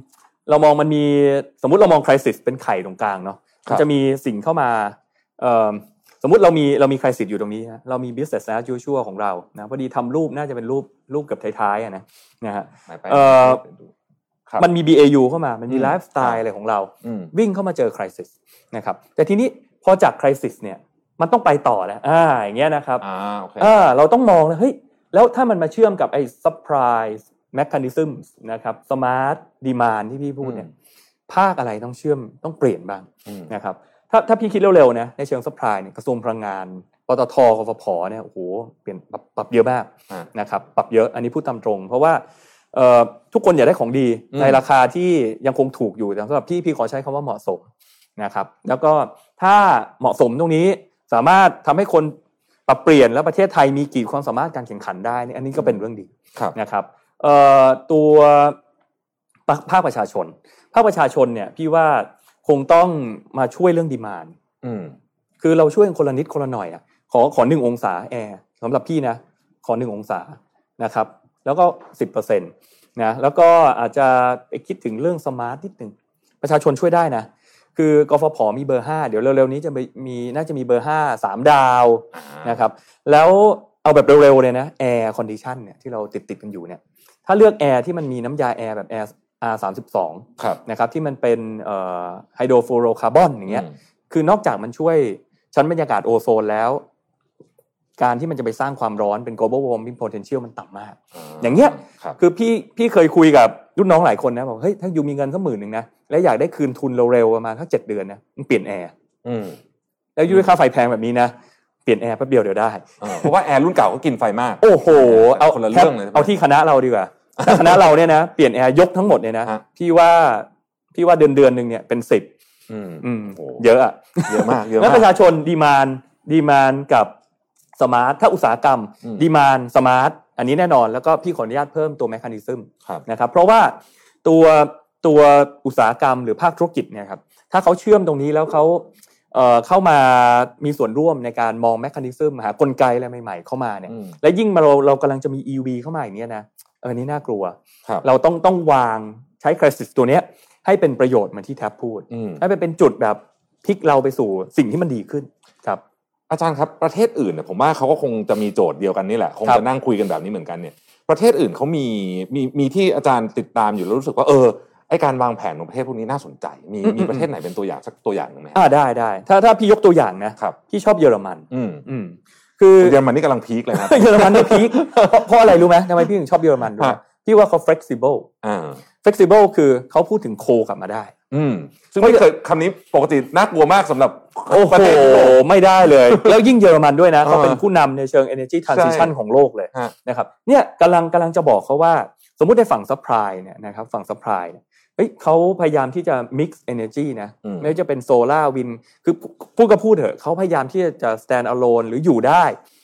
เรามองมันมีสมมุติเรามอง crisis เป็นไข่ตรงกลางเนาะมันจะมีสิ่งเข้ามาเอ่อสมมุติเรามีเรามี crisis อยู่ตรงนี้นะเรามี business as usual ของเรานะพอดีทำรูปน่าจะเป็นรูปรูปเกือบท้ายๆอ่ะนะนะฮะเอ่อมันมี บี เอ ยู เข้ามามันมีไลฟ์สไตล์อะไรของเราวิ่งเข้ามาเจอ crisis นะครับแต่ทีนี้พอจาก crisis เนี่ยมันต้องไปต่อแล้วอ่าอย่างเงี้ยนะครับอ่าโอเคอ่าเราต้องมองนะเฮ้ยแล้วถ้ามันมาเชื่อมกับไอ้ surprise mechanism นะครับ smart demand ที่พี่พูดเนี่ยภาคอะไรต้องเชื่อมต้องเปลี่ยนบ้างนะครับถ้าถ้าพี่คิดเร็วๆนะในเชิง supply เนี่ยกระทรวงพลังงานปตท.กฟผ.เนี่ยโอ้โหเปลี่ยนปรับปรับเยอะมากนะครับปรับเยอะอันนี้พูดตามตรงเพราะว่าเอ่อทุกคนอยากได้ของดีในราคาที่ยังคงถูกอยู่แต่สำหรับพี่พี่ขอใช้คำว่าเหมาะสมนะครับแล้วก็ถ้าเหมาะสมตรงนี้สามารถทำให้คนปรับเปลี่ยนแล้วประเทศไทยมีขีดความสามารถการแข่งขันได้นี่อันนี้ก็เป็นเรื่องดีนะครับเอ่อตัวภาคประชาชนภาคประชาชนเนี่ยพี่ว่าคงต้องมาช่วยเรื่องดีมานด์คือเราช่วยคนละนิดคนละหน่อยอ่ะขอขอหนึ่งองศาแอร์สำหรับพี่นะขอหนึ่งองศานะครับแล้วก็ สิบเปอร์เซ็นต์ นะแล้วก็อาจจะไปคิดถึงเรื่องสมาร์ทนิดนึงประชาชนช่วยได้นะคือกฟผ.มีเบอร์ห้าเดี๋ยวเร็วๆนี้จะมีน่าจะมีเบอร์ห้า สามดาวนะครับแล้วเอาแบบเร็วๆเลยนะแอร์คอนดิชันเนี่ยที่เราติดๆกันอยู่เนี่ยถ้าเลือกแอร์ที่มันมีน้ำยาแอร์แบบแอร์ อาร์ สามสิบสอง นะครับที่มันเป็นเอ่อไฮโดรฟลูโรคาร์บอนอย่างเงี้ยคือนอกจากมันช่วยชั้นบรรยากาศโอโซนแล้วการที่มันจะไปสร้างความร้อนเป็น global warming potential มันต่ำมากอย่างเงี้ยคือพี่พี่เคยคุยกับรุ่นน้องหลายคนนะบอกเฮ้ยถ้าอยู่มีเงินสักหมื่นนึงนะแล้วอยากได้คืนทุนเร็วๆประมาณสักเจ็ดเดือนนะมันเปลี่ยนแอร์แล้วอยู่ด้วยค่าไฟแพงแบบนี้นะเปลี่ยนแอร์แป๊บเดียวเดี๋ยวได้เพราะว่าแอร์รุ่นเก่าก็กินไฟมากโอ้โหเอาคนละเรื่องเลยเอาที่คณะเราดีกว่าคณะเราเนี่ยนะเปลี่ยนแอร์ยกทั้งหมดเนี่ยนะพี่ว่าพี่ว่าเดือนเดือนนึงเนี่ยเป็นสิบอืมอืมเยอะอ่ะเยอะมากเยอะมากแล้วประชาชนดีมานด์ดีมานด์กับสมาร์ทถ้าอุตสาหกรรมดีมานด์สมาร์ทอันนี้แน่นอนแล้วก็พี่ขออนุญาตเพิ่มตัวแมคานิซึมนะครับเพราะว่าตัวตัวอุตสาหกรรมหรือภาคธุรกิจเนี่ยครับถ้าเขาเชื่อมตรงนี้แล้วเขาเอ่อเข้ามามีส่วนร่วมในการมองแมคานิซึมหากลไกอะไรใหม่ๆเข้ามาเนี่ยและยิ่งมาเราเรากำลังจะมี อี วี เข้ามาอย่างเงี้ยนะเออนี่น่ากลัวเราต้องต้องวางใช้ crisis ตัวเนี้ยให้เป็นประโยชน์เหมือนที่แท็บพูดให้เป็นจุดแบบพลิกเราไปสู่สิ่งที่มันดีขึ้นครับอาจารย์ครับประเทศอื่นเนี่ยผมว่าเขาก็คงจะมีโจทย์เดียวกันนี่แหละคงจะนั่งคุยกันแบบนี้เหมือนกันเนี่ยประเทศอื่นเขามีมีมีที่อาจารย์ติดตามอยู่แล้วรู้สึกว่าเออไอการวางแผนของประเทศพวกนี้น่าสนใจมีมีประเทศไหนเป็นตัวอย่างสักตัวอย่างนึงไหมอ่าได้ได้ถ้าถ้าพี่ยกตัวอย่างนะครับพี่ชอบเยอรมันอืมอืมคือเยอรมันนี่กำลังพีคเลยนะเยอรมันนี่พีคเพราะอะไรรู้ไหมทำไมพี่ถึงชอบเยอรมันรู้ไหมพี่ว่าเขา flexible อ่า flexible คือเขาพูดถึงโคกลับมาได้อืมซึ่งไม่เคยคำนี้ปกติน่ากลัวมากสำหรับโอ้โหไม่ได้เลยแล้วยิ่งเยอรมันด้วยนะเขาเป็นผู้นำในเชิง energy transition ของโลกเลยนะครับเนี่ยกำลังกำลังจะบอกเขาว่าสมมุติในฝั่ง supply เนี่ยนะครับฝั่ง supply เนี่ยเฮ้ยเขาพยายามที่จะ mix energy นะไม่ว่าจะเป็นโซล่าวินคือพูดก็พูดเถอะเขาพยายามที่จะ stand alone หรืออยู่ได้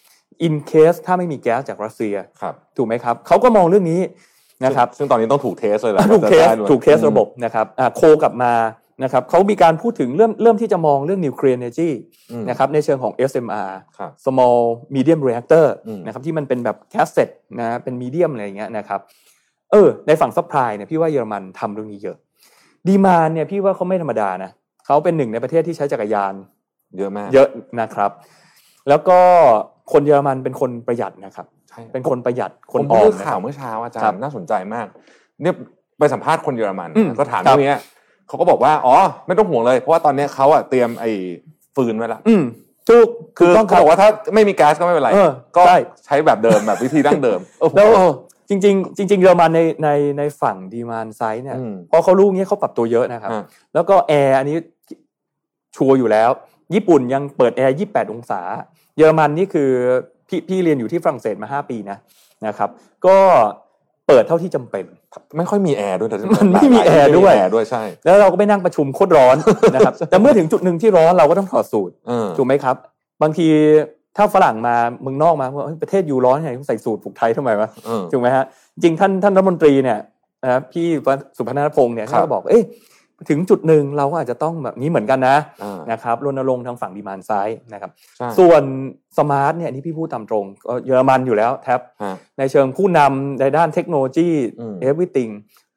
in case ถ้าไม่มีแก๊สจากรัสเซียถูกไหมครับเขาก็มองเรื่องนี้นะครับซึ่งตอนนี้ต้องถูกเทสเลยแหละถูกเทสถูกเทสระบบนะครับอ่าโคกลับมานะครับเขามีการพูดถึงเริ่มเริ่มที่จะมองเรื่อง nuclear energy นะครับในเชิงของ เอส เอ็ม อาร์ small medium reactor นะครับที่มันเป็นแบบ cassette นะเป็น medium อะไรอย่างเงี้ยนะครับเออในฝั่ง supply เนี่ยพี่ว่าเยอรมันทำเรื่องนี้เยอะ demand เนี่ยพี่ว่าเขาไม่ธรรมดานะเขาเป็นหนึ่งในประเทศที่ใช้จักรยานเยอะมากเยอะนะครับแล้วก็คนเยอรมันเป็นคนประหยัดนะครับเป็นคนประหยัดคนออมข่าวเมื่อเช้าอาจารย์น่าสนใจมากเนี่ยไปสัมภาษณ์คนเยอรมันก็ถามเรื่องนี้เขาก็บอกว่าอ๋อไม่ต้องห่วงเลยเพราะว่าตอนนี้เขาอ่ะเตรียมไอ้ฟืนไว้ละอืมถูกคือเขาบอกว่าถ้าไม่มีก๊าซก็ไม่เป็นไรก็ใช้แบบเดิมแบบวิธีดั้งเดิมแล้วจริงๆจริงๆเยอรมันในในในฝั่งดีมานด์ไซด์เนี่ยพอเขารู้งี้เขาปรับตัวเยอะนะครับแล้วก็แอร์อันนี้ชัวร์อยู่แล้วญี่ปุ่นยังเปิดแอร์ยี่สิบแปดองศาเยอรมันนี่คือพี่พี่เรียนอยู่ที่ฝรั่งเศสมาห้าปีนะนะครับก็เปิดเท่าที่จำเป็นไม่ค่อยมีแอร์ด้วยแต่มันไม่มีแอร์ด้วยด้วยใช่แล้วเราก็ไปนั่งประชุมโคตรร้อนนะครับแต่เมื่อถึงจุดหนึ่งที่ร้อนเราก็ต้องถอดสูทถูกไหมครับบางทีถ้าฝรั่งมาเมืองนอกมาว่าประเทศอยู่ร้อนไงต้องใส่สูทผูกไทยทำไมวะถูกไหมฮะจริงท่านท่านรัฐมนตรีเนี่ยนะพี่สุพรรณพงษ์เนี่ยท่านก็บอกเอ๊ะถึงจุดหนึ่งเราก็อาจจะต้องแบบนี้เหมือนกันนะนะครับรณรงค์ทางฝั่งดีมานด์ไซด์นะครับส่วนสมาร์ทเนี่ยนี่พี่พูดตามตรงเยอรมันอยู่แล้วแท็บในเชิงผู้นำในด้านเทคโนโลยี everything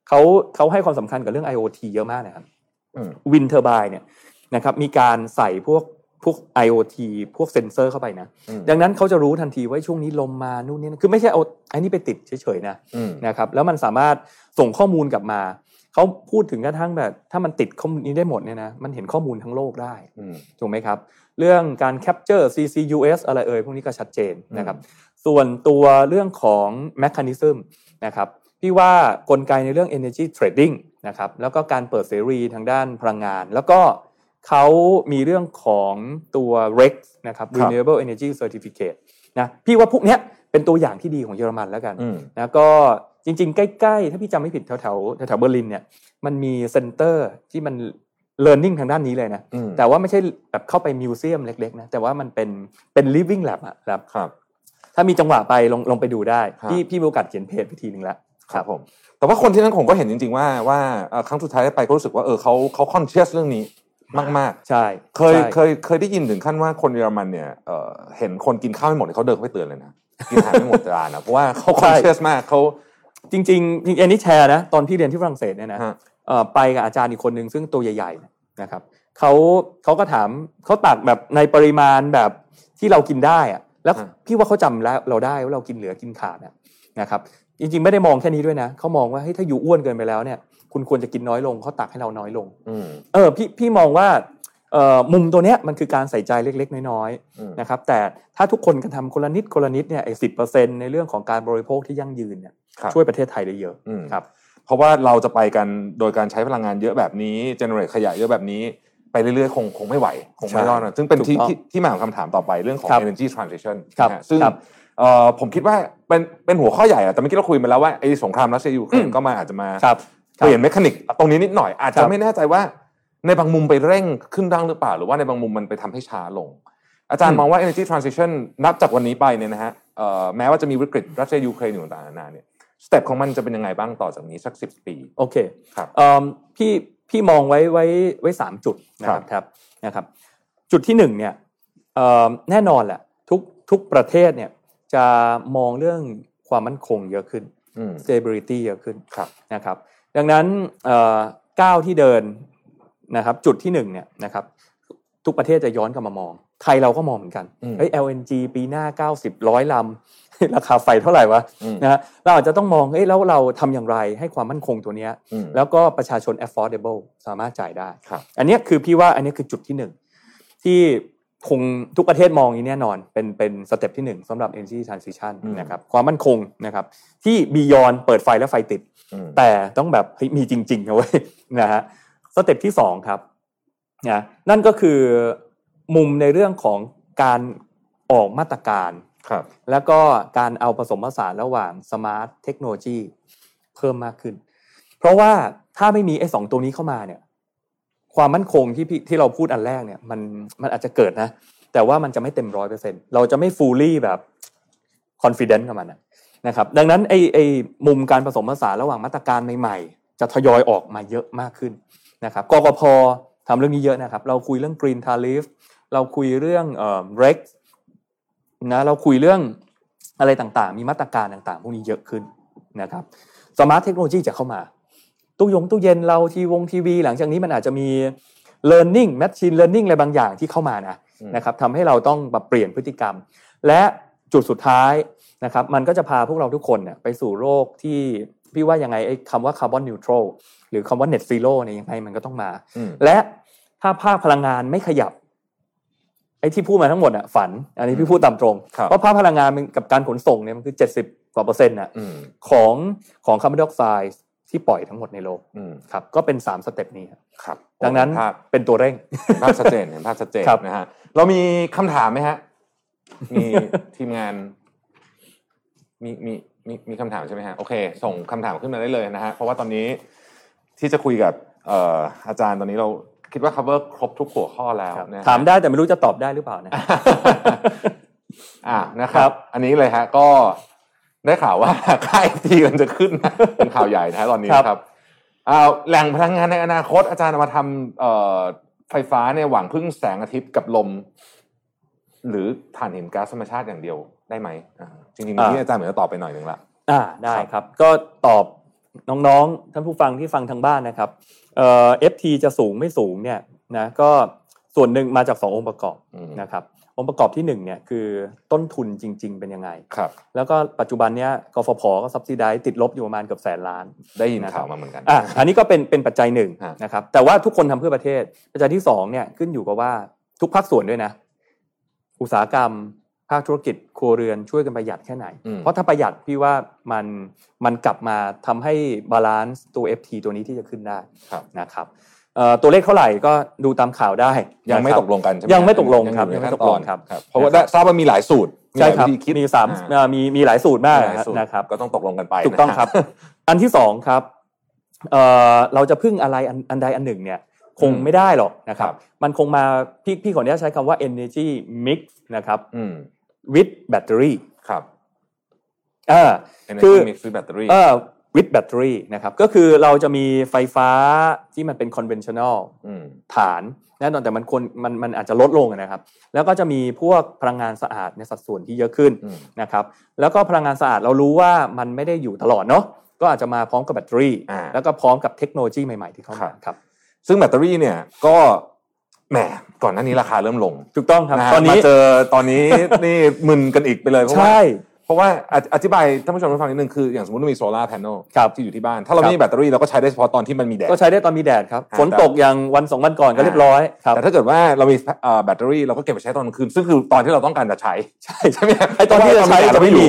เขาเขาให้ความสำคัญกับเรื่อง ไอ โอ ที เยอะมากนะครับ วินเทอร์ไบน์เนี่ยนะครับมีการใส่พวกพวก ไอ โอ ที พวกเซ็นเซอร์เข้าไปนะดังนั้นเขาจะรู้ทันทีว่าช่วงนี้ลมมานู่นนี่คือไม่ใช่เอาไอ้นี่ไปติดเฉยๆนะนะครับแล้วมันสามารถส่งข้อมูลกลับมาเขาพูดถึงกระทั่งแบบถ้ามันติดข้อมูลนี้ได้หมดเนี่ยนะมันเห็นข้อมูลทั้งโลกได้ถูกไหมครับเรื่องการ capture ซี ซี ยู เอส อะไรเอ่ยพวกนี้ก็ชัดเจนนะครับส่วนตัวเรื่องของ mechanism นะครับพี่ว่ากลไกในเรื่อง energy trading นะครับแล้วก็การเปิดเสรีทางด้านพลังงานแล้วก็เขามีเรื่องของตัว เร อี ซี นะครับ renewable energy certificate นะพี่ว่าพวกเนี้ยเป็นตัวอย่างที่ดีของเยอรมันแล้วกันนะก็จริงๆใกล้ๆถ้าพี่จำไม่ผิดแถวๆแถวๆเบอร์ลินเนี่ยมันมีเซ็นเตอร์ที่มัน learning ทางด้านนี้เลยนะแต่ว่าไม่ใช่แบบเข้าไปมิวเซียมเล็กๆนะแต่ว่ามันเป็นเป็น living lab อ่ะครับถ้ามีจังหวะไปลองลองไปดูได้พี่พี่มีโอกาสเขียนเพจวิธีนึงแล้วครับผมแต่ว่าคนที่นั่นผมก็เห็นจริงๆว่าว่าครั้งสุดท้ายไปก็รู้สึกว่าเออเขาเขาคอนเชียสเรื่องนี้มากๆใช่เคยเคยเคยได้ยินถึงขั้นว่าคนเยอรมันเนี่ยเอ่อเห็นคนกินข้าวไม่หมดเขาเดินเข้าไปเตือนเลยนะกินอาหารไม่หมดจานนะเพราะว่าเขาคอนเชียสมากเขาจริงๆจริงๆอันนี้แชร์นะตอนพี่เรียนที่ฝรั่งเศสเนี่ยนะเอ่อไปกับอาจารย์อีกคนนึงซึ่งตัวใหญ่ๆนะครับเขาเขาก็ถามเขาตักแบบในปริมาณแบบที่เรากินได้อะแล้วพี่ว่าเขาจำแล้วเราได้ว่าเรากินเหลือกินขาดนะครับจริงๆไม่ได้มองแค่นี้ด้วยนะเขามองว่าเฮ้ยถ้าอยู่อ้วนเกินไปแล้วเนี่ยคุณควรจะกินน้อยลงเขาตักให้เราน้อยลงเออพี่พี่มองว่าเอ่อมุมตัวเนี้ยมันคือการใส่ใจเล็กๆน้อยๆนะครับแต่ถ้าทุกคนกันทำคนละนิดคนละนิดเนี่ยไอ้สิบเปอร์เซ็นต์ในเรื่องของการบริโภคที่ยั่งยืนเนี่ยช่วยประเทศไทยได้เยอะครับเพราะว่าเราจะไปกันโดยการใช้พลังงานเยอะแบบนี้เจเนเรตขยะเยอะแบบนี้ไปเรื่อยๆคงคงไม่ไหวคงไม่รอดนะซึ่งเป็นที่ที่มาของคำถามต่อไปเรื่องของ energy transition นะซึ่งเอ่อผมคิดว่าเป็นเป็นหัวข้อใหญ่อะแต่เมื่อกี้เราคุยมาแล้วว่าไอ้สงครามรัสเซียยูเครนก็มาอาจจะมาเปลี่ยนเมคานิกตรงนี้นิดหน่อยอาจจะไม่แน่ใจว่าในบางมุมไปเร่งขึ้นดังหรือเปล่าหรือว่าในบางมุมมันไปทำให้ช้าลงอาจารย์มองว่า energy transition นับจากวันนี้ไปเนี่ยนะฮะเอ่อแม้ว่าจะมีวิกฤตรัสเซียยูเครนอยู่ต่างๆนานาเนี่ยสเต็ปของมันจะเป็นยังไงบ้างต่อจากนี้สักสิบปีโอเคครับเอ่อพี่พี่มองไว้ไว้ไว้สามจุดนะครับครับนะครับจุดที่หนึ่งเนี่ยเอ่อแน่นอนแหละทุกทุกประเทศเนี่ยจะมองเรื่องความมั่นคงเยอะขึ้น stability เยอะขึ้นนะครับดังนั้นเอ่อก้าวที่เดินนะครับจุดที่หนึ่งเนี่ยนะครับทุกประเทศจะย้อนกลับมามองไทยเราก็มองเหมือนกันเฮ้ย แอล เอ็น จี ปีหน้าเก้าสิบ หนึ่งร้อยลำราคาไฟเท่าไหร่วะนะฮะเราอาจจะต้องมองเฮ้ยแล้วเราทำอย่างไรให้ความมั่นคงตัวเนี้ยแล้วก็ประชาชน affordable สามารถจ่ายได้อันนี้คือพี่ว่าอันนี้คือจุดที่หนึ่งที่คงทุกประเทศมองอย่างนี้แน่นอนเป็นเป็นสเต็ปที่หนึ่งสำหรับ energy transition นะครับความมั่นคงนะครับที่ beyond เปิดไฟแล้วไฟติดแต่ต้องแบบเฮ้ยมีจริงๆนะเว้ยนะฮะสเต็ปที่สองครับนะนั่นก็คือมุมในเรื่องของการออกมาตรการแล้วก็การเอาผสมผสานระหว่างสมาร์ทเทคโนโลยีเพิ่มมากขึ้นเพราะว่าถ้าไม่มีไอ้สองตัวนี้เข้ามาเนี่ยความมั่นคงที่ที่เราพูดอันแรกเนี่ยมันมันอาจจะเกิดนะแต่ว่ามันจะไม่เต็ม ร้อยเปอร์เซ็นต์ เราจะไม่ fully แบบ confident กับมันนะครับดังนั้นไอ้ไอ้มุมการผสมผสานระหว่างมาตรการใหม่ๆจะทยอยออกมาเยอะมากขึ้นนะครับกกพ.ทำเรื่องนี้เยอะนะครับเราคุยเรื่อง Green Tariff เราคุยเรื่องเอ่อ เร อี ซี นะเราคุยเรื่องอะไรต่างๆมีมาตรการต่างๆพวกนี้เยอะขึ้นนะครับสมาร์ทเทคโนโลยีจะเข้ามาตู้ยงตู้เย็นเราทีวงทีวีหลังจากนี้มันอาจจะมี learning machine learning อะไรบางอย่างที่เข้ามานะนะครับทำให้เราต้องปรับเปลี่ยนพฤติกรรมและจุดสุดท้ายนะครับมันก็จะพาพวกเราทุกคนเนี่ยไปสู่โลกที่พี่ว่ายังไงไอ้คำว่า carbon neutral หรือคำว่า net zero เนี่ยยังไงมันก็ต้องมาและถ้าภาคพลังงานไม่ขยับไอ้ที่พูดมาทั้งหมดอ่ะฝันอันนี้พี่พูดตามตรงเพราะภาคพลังงานกับการขนส่งเนี่ยมันคือเจ็ดสิบกว่าเปอร์เซ็นต์น่ะของของคาร์บอนไดออกไซด์ที่ปล่อยทั้งหมดในโลกครับก็เป็นสามสเต็ปนี้ครับดังนั้นเป็นตัวเร่งภาพชัดเจนเห็นภาพชัดเจนนะฮะเรามีคำถามไหมฮะมีทีมงานมีมีมีมีคำถามใช่ไหมฮะโอเคส่งคำถามขึ้นมาได้เลยนะฮะเพราะว่าตอนนี้ที่จะคุยกับเอ่ออาจารย์ตอนนี้เราคิดว่า cover ครบทุกหัวข้อแล้วนะถามได้แต่ไม่รู้จะตอบได้หรือเปล่านะอ่านะครับอันนี้เลยฮะก็ได้ข่าวว่าค่า เอฟ ที มันจะขึ้นนะเป็นข่าวใหญ่นะตอนนี้ครับอ่าแหล่งพลังงานในอนาคตอาจารย์มาทำเอ่อไฟฟ้าเนี่ยหวังพึ่งแสงอาทิตย์กับลมหรือถ่านหินก๊าซธรรมชาติอย่างเดียวได้ไหมจริงๆนี่อาจารย์เหมือนจะตอบไปหน่อยนึงละอ่าได้ครับก็ตอบน้องๆท่านผู้ฟังที่ฟังทางบ้านนะครับเอ่อ เอฟ ที จะสูงไม่สูงเนี่ยนะก็ส่วนหนึ่งมาจากสององค์ประกอบนะครับองค์ประกอบที่หนึ่งเนี่ยคือต้นทุนจริงๆเป็นยังไงครับแล้วก็ปัจจุบันเนี้ยกฟผก็ซับซิไดซ์ติดลบอยู่ประมาณเกือบแสนล้านได้ยินข่าวมาเหมือนกันอ่ะอันนี้ก็เป็นเป็นปัจจัยหนึ่งนะครับแต่ว่าทุกคนทำเพื่อประเทศปัจจัยที่สองเนี่ยขึ้นอยู่กับว่าทุกภาคส่วนด้วยนะอุตสาหกรรมภาคธุรกิจครัวเรือนช่วยกันประหยัดแค่ไหนเพราะถ้าประหยัดพี่ว่ามันมันกลับมาทำให้บาลานซ์ตัว เอฟ ที ตัวนี้ที่จะขึ้นได้นะครับตัวเลขเท่าไหร่ก็ดูตามข่าวได้ยังไม่ตกลงกันใช่ไหมยังไม่ตกลงครับยังไม่ตกลงครับเพราะว่าทราบว่ามีหลายสูตรใช่ครับมีสามมีมีหลายสูตรมากนะครับก็ต้องตกลงกันไปถูกต้องครับอันที่สองครับเราจะพึ่งอะไรอันใดอันหนึ่งเนี่ยคงไม่ได้หรอกนะครับมันคงมาพี่พี่ขออนุญาตใช้คำว่า energy mix นะครับ with battery ครับอ่า energy mix with battery เออ with battery นะครับก็คือเราจะมีไฟฟ้าที่มันเป็น conventional ฐานแน่นอนแต่มันคนมันมันอาจจะลดลงนะครับแล้วก็จะมีพวกพลังงานสะอาดในสัดส่วนที่เยอะขึ้นนะครับแล้วก็พลังงานสะอาดเรารู้ว่ามันไม่ได้อยู่ตลอดเนาะก็อาจจะมาพร้อมกับแบตเตอรี่แล้วก็พร้อมกับเทคโนโลยีใหม่ๆที่เข้ามาครับซึ่งแบตเตอรี่เนี่ยก็แหมก่อนหน้านี้ราคาเริ่มลงถูกต้องครับตอนนี้มาเจอตอนนี้นี่มึนกันอีกไปเลยเพราะว่าเพราะว่าอธิบายท่านผู้ชมให้ฟังนิดนึงคืออย่างสมมติว่ามีโซลาร์แผงที่อยู่ที่บ้านถ้าเราไม่มีแบตเตอรี่เราก็ใช้ได้เฉพาะตอนที่มันมีแดดก็ใช้ได้ตอนมีแดดครับฝนตกอย่างวันสองวันก่อนก็เรียบร้อยครับแต่ถ้าเกิดว่าเรามีแบตเตอรี่เราก็เก็บไปใช้ตอนกลางคืนซึ่งคือตอนที่เราต้องการจะใช้ใช่ใช่ไหมไอตอนที่จะใช้จะไม่มี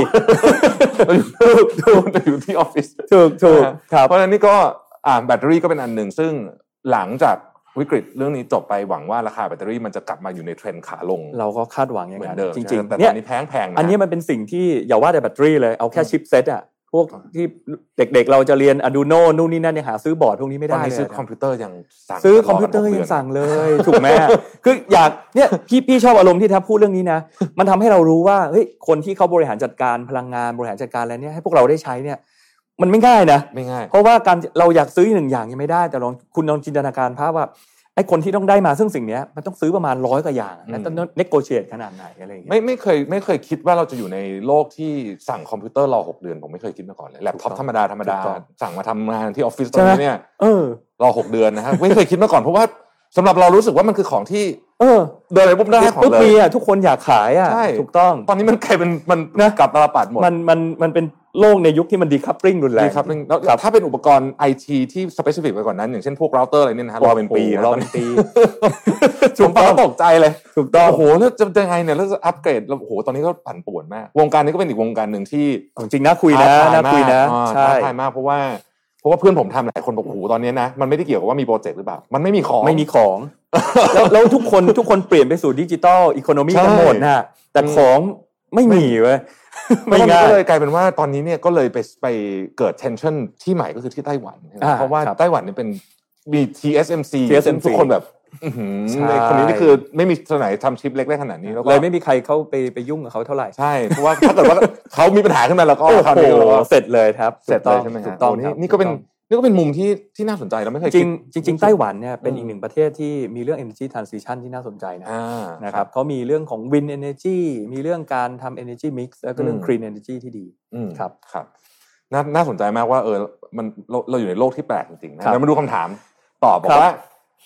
จะอยู่ที่ออฟฟิศถูกถูกครับเพราะฉะนั้นนี่ก็แบตเตอรี่ก็เป็นอันหนึ่งซึ่งหลังจากวิกฤตเรื่องนี้จบไปหวังว่าราคาแบตเตอรี่มันจะกลับมาอยู่ในเทรนด์ขาลงเราก็คาดหวังอย่างนั้นจริงๆแต่ตอนนี้แพงแพงอันนี้มันเป็นสิ่งที่อย่าว่าแต่แบตเตอรี่เลยเอาแค่ชิปเซตอ่ะพวกที่เด็กๆเราจะเรียน Arduino นู่นนี่นั่นยังหาซื้อบอร์ดพวกนี้ไม่ได้เลยซื้อคอมพิวเตอร์ยังสั่งซื้อคอมพิวเตอร์ยังสั่งเลยถูกไหมคืออยากเนี่ยพี่พี่ชอบอารมณ์ที่แทบพูดเรื่องนี้นะมันทำให้เรารู้ว่าเฮ้ยคนที่เขาบริหารจัดการพลังงานบริหารจัดการอะไรเนี่ยให้พวกเราได้ใช้เนี่ยมันไม่ง่ายนะไม่ง่ายเพราะว่าการเราอยากซื้อหนึ่งอย่างยังไม่ได้แต่ลองคุณลองจินตนาการภาพว่าไอ้คนที่ต้องได้มาซึ่งสิ่งนี้มันต้องซื้อประมาณร้อยกว่าอย่างแล้วต้องเนโกเชียตขนาดไหนอะไรอย่างเงี้ยไม่ไม่เคยไม่เคยคิดว่าเราจะอยู่ในโลกที่สั่งคอมพิวเตอร์รอหกเดือนผมไม่เคยคิดมาก่อนเลยแล็ปท็อปธรรมดาธรรมดาสั่งมาทำงานที่ออฟฟิศตรงนี้เนี่ยเออรอหกเดือนนะฮะไม่เคยคิดมาก่อนเพราะว่าสำหรับเรารู้สึกว่ามันคือของที่เออเดินไปปุ๊บได้ของเลยปุ๊บมีอ่ะทุกคนอยากขายอ่ะถูกต้องตอนนี้มันกลายเป็นมันกลับตลปัดหมดมันมันมันเป็นโลกในยุคที่มันดีคัพปริ้งรุนแรงดีคัพปริ้งแล้วถ้าเป็นอุปกรณ์ ไอ ที ที่สเปซิฟิกไปกว่านั้นอย่างเช่นพวกเราเตอร์อะไรเนี่ยนะฮะรอเป็นปีรอเป็นปีผมฟังแล้วตกใจเลยถูกต้องโอ้โหแล้วจะยังไงเนี่ยแล้วจะอัปเกรดแล้วโอ้โหตอนนี้ก็ปั่นป่วนมากวงการนี้ก็เป็นอีกวงการหนึ่งที่จริงน่าคุยนะน่าคุยนะใช่ท้าทายมากเพราะว่าเพราะว่าเพื่อนผมทำหลายคนบอกโอ้โหตอนนี้นะมันไม่ได้เกี่ยวกับว่ามีโปรเจกต์หรือเปล่ามันไม่มีของไม่มีของแล้วแล้วทุกคนทุกคนเปลี่ยนไปสู่ดิจิตอลอีโคโนมีทั้งหมดนะแต่ของไม่มีเว้ยไม่ง่ายก็เลยกลายเป็นว่าตอนนี้เนี่ยก็เลยไปไปเกิด tension ที่ใหม่ก็คือที่ไต้หวันเพราะว่าไต้หวันเนี่ยเป็นมี ที เอส เอ็ม ซี ทุกคนแบบคนนี้นี่คือไม่มีที่ไหนทำชิปเล็กได้ขนาดนี้เลยไม่มีใครเข้าไปไปยุ่งกับเขาเท่าไหร่ใช่เพราะว่าถ้าเกิดว่าเขามีปัญหาขึ้นมาแล้วก็คราวเดียวเสร็จเลยครับเสร็จเลยใช่ไหมครับนี่ก็เป็นนี่ก็เป็นมุมที่ที่น่าสนใจเราไม่เคยจริงจริงๆไต้หวันเนี่ยเป็นอีกหนึ่งประเทศที่มีเรื่อง energy transition ที่น่าสนใจนะนะครับเขามีเรื่องของ wind energy มีเรื่องการทำ energy mix แล้วก็เรื่อง clean energy ที่ดีครับครับน่าน่าสนใจมากว่าเออมันเราเราอยู่ในโลกที่แปลกจริงๆนะเรามาดูคำถามตอบบอกว่า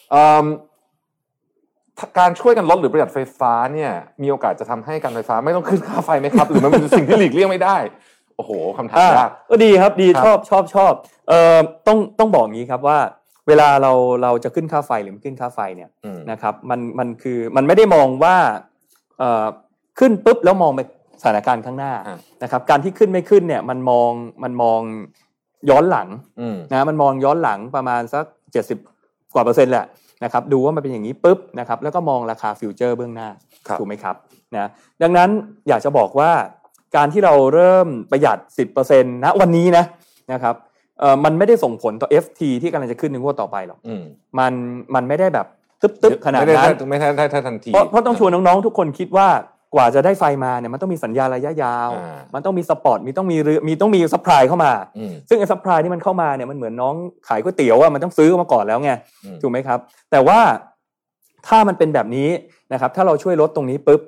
การช่วยกันลดหรือประหยัดไฟฟ้าเนี่ยมีโอกาสจะทำให้การไฟฟ้าไม่ต้องขึ้นค่าไฟไหมครับหรือมันเป็นสิ่งที่หลีกเลี่ยงไม่ได้โอ้โหคำถามยากก็ดีครับดีชอบชอบชอบเอ่อต้องต้องบอกงี้ครับว่าเวลาเราเราจะขึ้นค่าไฟหรือไม่ขึ้นค่าไฟเนี่ยนะครับมันมันคือมันไม่ได้มองว่าเอ่อขึ้นปุ๊บแล้วมองไปสถานการณ์ข้างหน้านะครับการที่ขึ้นไม่ขึ้นเนี่ยมันมองมันมองย้อนหลังนะมันมองย้อนหลังประมาณสักเจ็ดสิบกว่าเปอร์เซ็นต์แหละนะครับดูว่ามันเป็นอย่างนี้ปุ๊บนะครับแล้วก็มองราคาฟิวเจอร์เบื้องหน้าถูกไหมครับนะดังนั้นอยากจะบอกว่าการที่เราเริ่มประหยัด สิบเปอร์เซ็นต์ ณวันนี้นะนะครับเอ่อมันไม่ได้ส่งผลต่อ เอฟ ที ที่กำลังจะขึ้นในงวดต่อไปหรอกมันมันไม่ได้แบบตึ๊บๆขนาดนั้นไม่ได้ไม่ได้ทันทีเพราะเพราะต้องชวนน้องๆทุกคนคิดว่ากว่าจะได้ไฟมาเนี่ยมันต้องมีสัญญาระยะยาวมันต้องมีสปอร์ตมีต้องมีมีต้องมีซัพพลายเข้ามาซึ่งไอ้ซัพพลายที่มันเข้ามาเนี่ยมันเหมือนน้องขายก๋วยเตี๋ยวอ่ะมันต้องซื้อมาก่อนแล้วไงถูกไหมครับแต่ว่าถ้ามันเป็นแบบนี้นะครับถ้าเราช่วยลดตรงนี้ปุ๊บ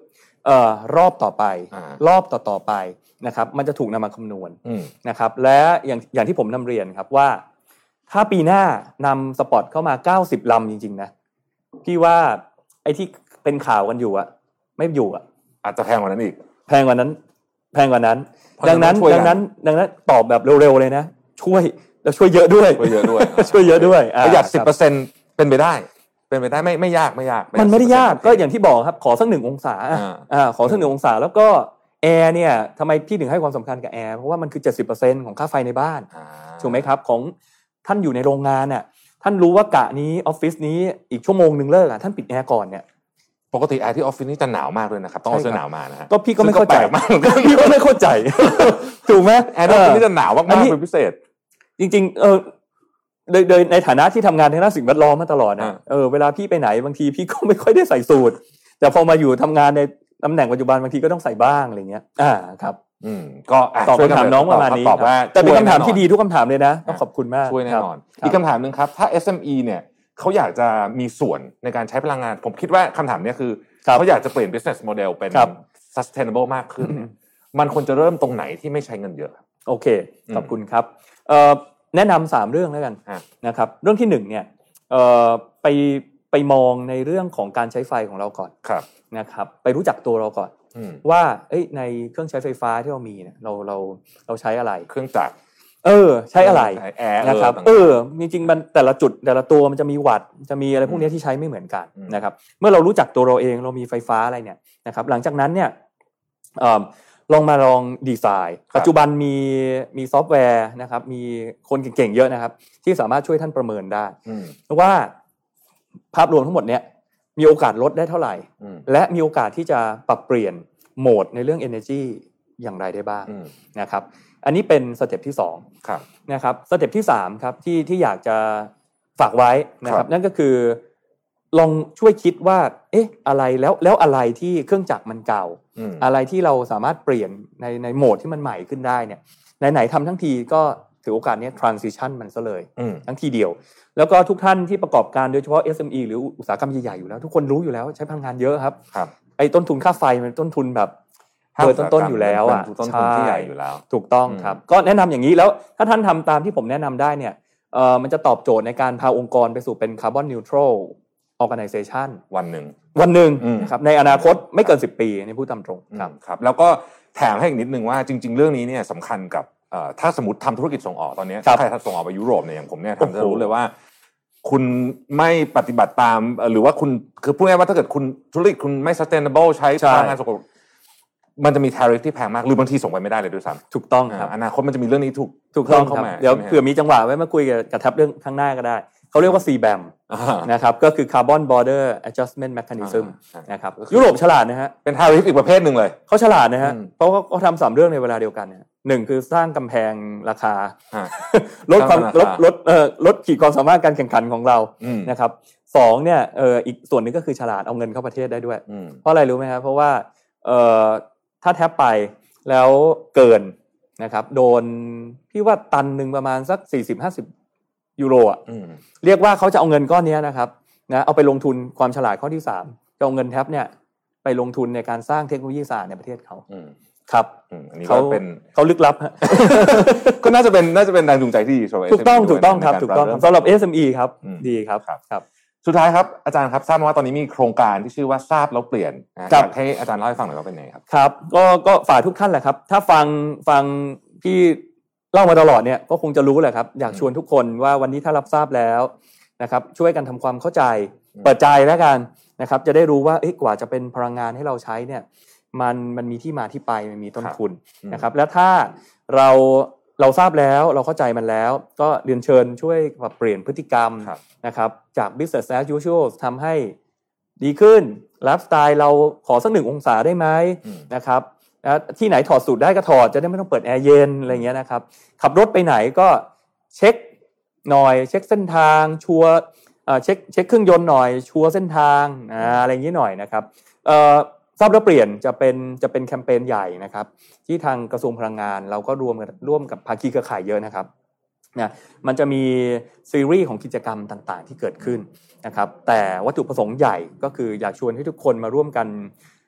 เอ่อรอบต่อไปรอบต่อๆไปนะครับมันจะถูกนำมาคำนวณนะครับและอย่างอย่างที่ผมนำเรียนครับว่าถ้าปีหน้านำสปอตเข้ามาเก้าสิบลำจริงๆนะพี่ว่าไอ้ที่เป็นข่าวกันอยู่อะไม่อยู่อะอาจจะแพงกว่านั้นอีกแพงกว่านั้นแพงกว่านั้นดังนั้นดังนั้นดังนั้นตอบแบบเร็วๆเลยนะช่วยแล้วช่วยเยอะด้วยช่วยเยอะด้วยช่วยเยอะด้วยประหยัด สิบเปอร์เซ็นต์ เป็นไปได้เป็นไปได้ไม่ไม่ยากไม่ยากมันไม่ได้ยากก็อย่างที่บอกครับขอสักหนึ่งองศาอ่าขอสักหนึ่งองศาแล้วก็แอร์เนี่ยทำไมพี่ถึงให้ความสำคัญกับแอร์เพราะว่ามันคือ เจ็ดสิบเปอร์เซ็นต์ ของค่าไฟในบ้านถูกไหมครับของท่านอยู่ในโรงงานน่ะท่านรู้ว่ากะนี้ออฟฟิศนี้อีกชั่วโมงนึงเลิกอ่ะท่านปิดแอร์ก่อนเนี่ยปกติแอร์ที่ออฟฟิศนี่จะหนาวมากเลยนะครับต้องเอาเสื้อหนาวมานะฮะก็พี่ก็ไม่เข้าใจมากพี่ก็ไม่เข้าใจถูกไหมแอร์ที่ออฟฟิศนี่จะหนาวมากๆเป็นพิเศษจริงๆเออโดยโดยในฐานะที่ทำงานในด้านสิ่งแวดล้อมมาตลอดนะเออเวลาพี่ไปไหนบางทีพี่ก็ไม่ค่อยได้ใส่สูทแต่พอมาอยู่ทำงานในตำแหน่งปัจจุบันบางทีก็ต้องใส่บ้างอะไรเงี้ยอ่าครับอืมก็ตอบคำถามน้องประมาณนี้ตอบว่าแต่เป็นคำถามที่ดีทุกคำถามเลยนะต้องขอบคุณมากช่วยแน่นอนอีกคำถามนึงครับถ้า เอส เอ็ม อี เนี่ยเขาอยากจะมีส่วนในการใช้พลังงานผมคิดว่าคำถามนี้คือเขาอยากจะเปลี่ยน business model เป็น sustainable มากขึ้นมันควรจะเริ่มตรงไหนที่ไม่ใช้เงินเยอะโอเคขอบคุณครับเอ่อแนะนำสามเรื่องแล้วกันนะครับเรื่องที่หนึ่งเนี่ยเอ่อไปไปมองในเรื่องของการใช้ไฟของเราก่อนนะครับไปรู้จักตัวเราก่อนว่าเอ้ยในเครื่องใช้ไฟฟ้าที่เรามีเนี่ยเราเราเราใช้อะไรเครื่องจักรเออใช้อะไรนะครับเออจริงๆมันแต่ละจุดแต่ละตัวมันจะมีวัตต์จะมีอะไรพวกนี้ที่ใช้ไม่เหมือนกันนะครับเมื่อเรารู้จักตัวเราเองเรามีไฟฟ้าอะไรเนี่ยนะครับหลังจากนั้นเนี่ยลองมาลองดีไซน์ปัจจุบันมีมีซอฟต์แวร์นะครับมีคนเก่งๆเยอะนะครับที่สามารถช่วยท่านประเมินได้ว่าภาพรวมทั้งหมดเนี่ยมีโอกาสลดได้เท่าไหร่และมีโอกาสที่จะปรับเปลี่ยนโหมดในเรื่อง energy อย่างไรได้บ้างนะครับอันนี้เป็นสเต็ปที่สองนะครับสเต็ปที่สามครับที่ที่อยากจะฝากไว้นะครับนั่นก็คือลองช่วยคิดว่าเอ๊ะอะไรแล้วแล้วอะไรที่เครื่องจักรมันเก่าอะไรที่เราสามารถเปลี่ยนในในโหมดที่มันใหม่ขึ้นได้เนี่ยไหนๆทำทั้งทีก็ถือโอกาสนี้ transition มันซะเลยทั้งทีเดียวแล้วก็ทุกท่านที่ประกอบการโดยเฉพาะ เอส เอ็ม อี หรืออุตสาหกรรมใหญ่ๆอยู่แล้วทุกคนรู้อยู่แล้วใช้พลังงานเยอะครับไอ้ต้นทุนค่าไฟมันต้นทุนแบบเบอร์ต้นๆอยู่แล้วอ่ะต้นทุนที่ใหญ่อยู่แล้วถูกต้องครับก็แนะนำอย่างนี้แล้วถ้าท่านทำตามที่ผมแนะนำได้เนี่ยเอ่อมันจะตอบโจทย์ในการพาองค์กรไปสู่เป็น carbon neutral organization วันหนึ่งวันหนึ่งนะครับในอนาคตไม่เกินสิบปีนี่พูดตามตรงครับครับแล้วก็แถมให้อีกนิดนึงว่าจริงๆเรื่องนี้เนี่ยสำคัญกับถ้าสมมติทำธุรกิจส่งออกตอนนี้ใครส่งออกไปยุโรปเนี่ยอย่างผมเนี่ยทำจะรู้เลยว่าคุณไม่ปฏิบัติตามหรือว่าคุณคือพูดง่ายๆว่าถ้าเกิดคุณธุรกิจคุณไม่ sustainable ใช้พลังงานสกปรกมันจะมี tariff ที่แพงมากหรือบางทีส่งไปไม่ได้เลยด้วยซ้ำถูกต้องครับอนาคตมันจะมีเรื่องนี้ถูกถูกต้องครับเดี๋ยวเผื่อมีจังหวะไว้มาคุยกับทับเรื่องข้างหน้าก็ได้เขาเรียกว่า ซี แบม นะครับก็คือ Carbon Border Adjustment Mechanism นะครับยุโรปฉลาดนะฮะเป็น tariff อีกประเภทหนึ่งเลยเขาฉลาดนะฮะเพราะว่าเขาทำสามเรื่องในเวลาเดียวกันเนี่ยหนึ่งคือสร้างกำแพงราคาลดความลดลดเอ่อลดขีดความสามารถการแข่งขันของเรานะครับสองเนี่ยเอ่ออีกส่วนนึงก็คือฉลาดเอาเงินเข้าประเทศได้ด้วยเพราะอะไรรู้ไหมครับเพราะว่าเอ่อถ้าแทบไปแล้วเกินนะครับโดนพี่ว่าตันนึงประมาณสัก สี่สิบถึงห้าสิบ ยูโรอ่ะเรียกว่าเขาจะเอาเงินก้อนนี้นะครับนะเอาไปลงทุนความฉลาดข้อที่สามจะเอาเงินแทบเนี่ยไปลงทุนในการสร้างเทคโนโลยีสะอาดในประเทศเขาครับอันนี้ก็เป็นเขาลึกลับฮะก็น่าจะเป็นน่าจะเป็นแรงจูงใจที่ดีสำหรับถูกต้องถูกต้องครับถูกต้องสำหรับ เอส เอ็ม อี ครับดีครับครับสุดท้ายครับอาจารย์ครับทราบว่าตอนนี้มีโครงการที่ชื่อว่าทราบแล้วเปลี่ยนอยากให้อาจารย์เล่าให้ฟังหน่อยว่าเป็นไงครับครับก็ก็ฝากทุกท่านแหละครับถ้าฟังฟังพี่เล่ามาตลอดเนี่ยก็คงจะรู้แหละครับอยากชวนทุกคนว่าวันนี้ถ้ารับทราบแล้วนะครับช่วยกันทำความเข้าใจเปิดใจแล้วกันนะครับจะได้รู้ว่าเอ๊ะกว่าจะเป็นพลังงานให้เราใช้เนี่ยมันมันมีที่มาที่ไปมันมีต้นทุนนะครับแล้วถ้าเราเราทราบแล้วเราเข้าใจมันแล้วก็เรียนเชิญช่วยปรับเปลี่ยนพฤติกรรมนะครับจาก business as usual ทำให้ดีขึ้นไลฟ์สไตล์เราขอสักหนึ่งองศาได้ไหมนะครับที่ไหนถอดสูทได้ก็ถอดจะได้ไม่ต้องเปิดแอร์เย็นอะไรเงี้ยนะครับขับรถไปไหนก็เช็คหน่อยเช็คเส้นทางชัวร์เช็คเช็คเครื่องยนต์หน่อยชัวร์เส้นทางอะไรอย่างนี้หน่อยนะครับทราบแล้วเปลี่ยนจะเป็นจะเป็นแคมเปญใหญ่นะครับที่ทางกระทรวงพลังงานเราก็รวมกันร่วมกับภาคีเครือข่ายเยอะนะครับนะมันจะมีซีรีส์ของกิจกรรมต่างๆที่เกิดขึ้นนะครับแต่วัตถุประสงค์ใหญ่ก็คืออยากชวนให้ทุกคนมาร่วมกัน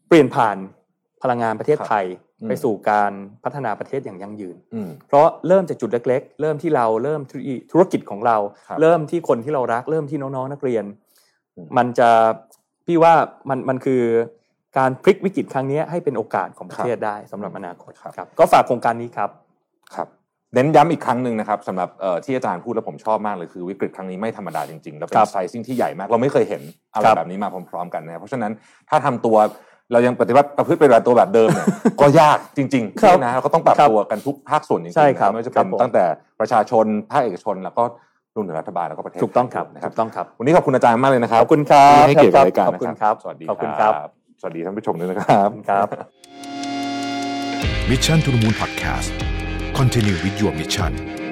เปลี่ยนผ่านพลังงานประเทศไทยไปสู่การพัฒนาประเทศอย่างยั่งยืนเพราะเริ่มจากจุดเล็กๆเริ่มที่เราเริ่มธุรกิจของเราเริ่มที่คนที่เรารักเริ่มที่น้องๆนักเรียนมันจะพี่ว่ามันมันคือการพลิกวิกฤตครั้งนี้ให้เป็นโอกาสของประเทศได้สำหรับอนาคตครับก็ฝากโครงการนี้ครับครับเน้นย้ำอีกครั้งหนึ่งนะครับสำหรับที่อาจารย์พูดแล้วผมชอบมากเลยคือวิกฤตครั้งนี้ไม่ธรรมดาจริงๆแล้วเป็นไซซิ่งที่ใหญ่มากเราไม่เคยเห็นอะไรแบบนี้มาพร้อมๆกันนะเพราะฉะนั้นถ้าทำตัวเรายังปฏิบัติประพฤติปฏิบัติตัวแบบเดิมเนี่ยก็ยากจริงๆนะเราก็ต้องปรับตัวกันทุกภาคส่วนจริงๆนะไม่ว่าจะเป็นตั้งแต่ประชาชนภาคเอกชนแล้วก็รวมถึงรัฐบาลแล้วก็ประเทศถูกต้องครับถูกต้องครับวันนี้ขอบคุณอาจารย์มากเลยนะครับขอบคุณครับให้เกียรติรายการขอบคุณครับสวัสดีครับสวัสดีท่านผู้ชมด้วยนะครับครับ Mission to the Moon Podcast Continue with your mission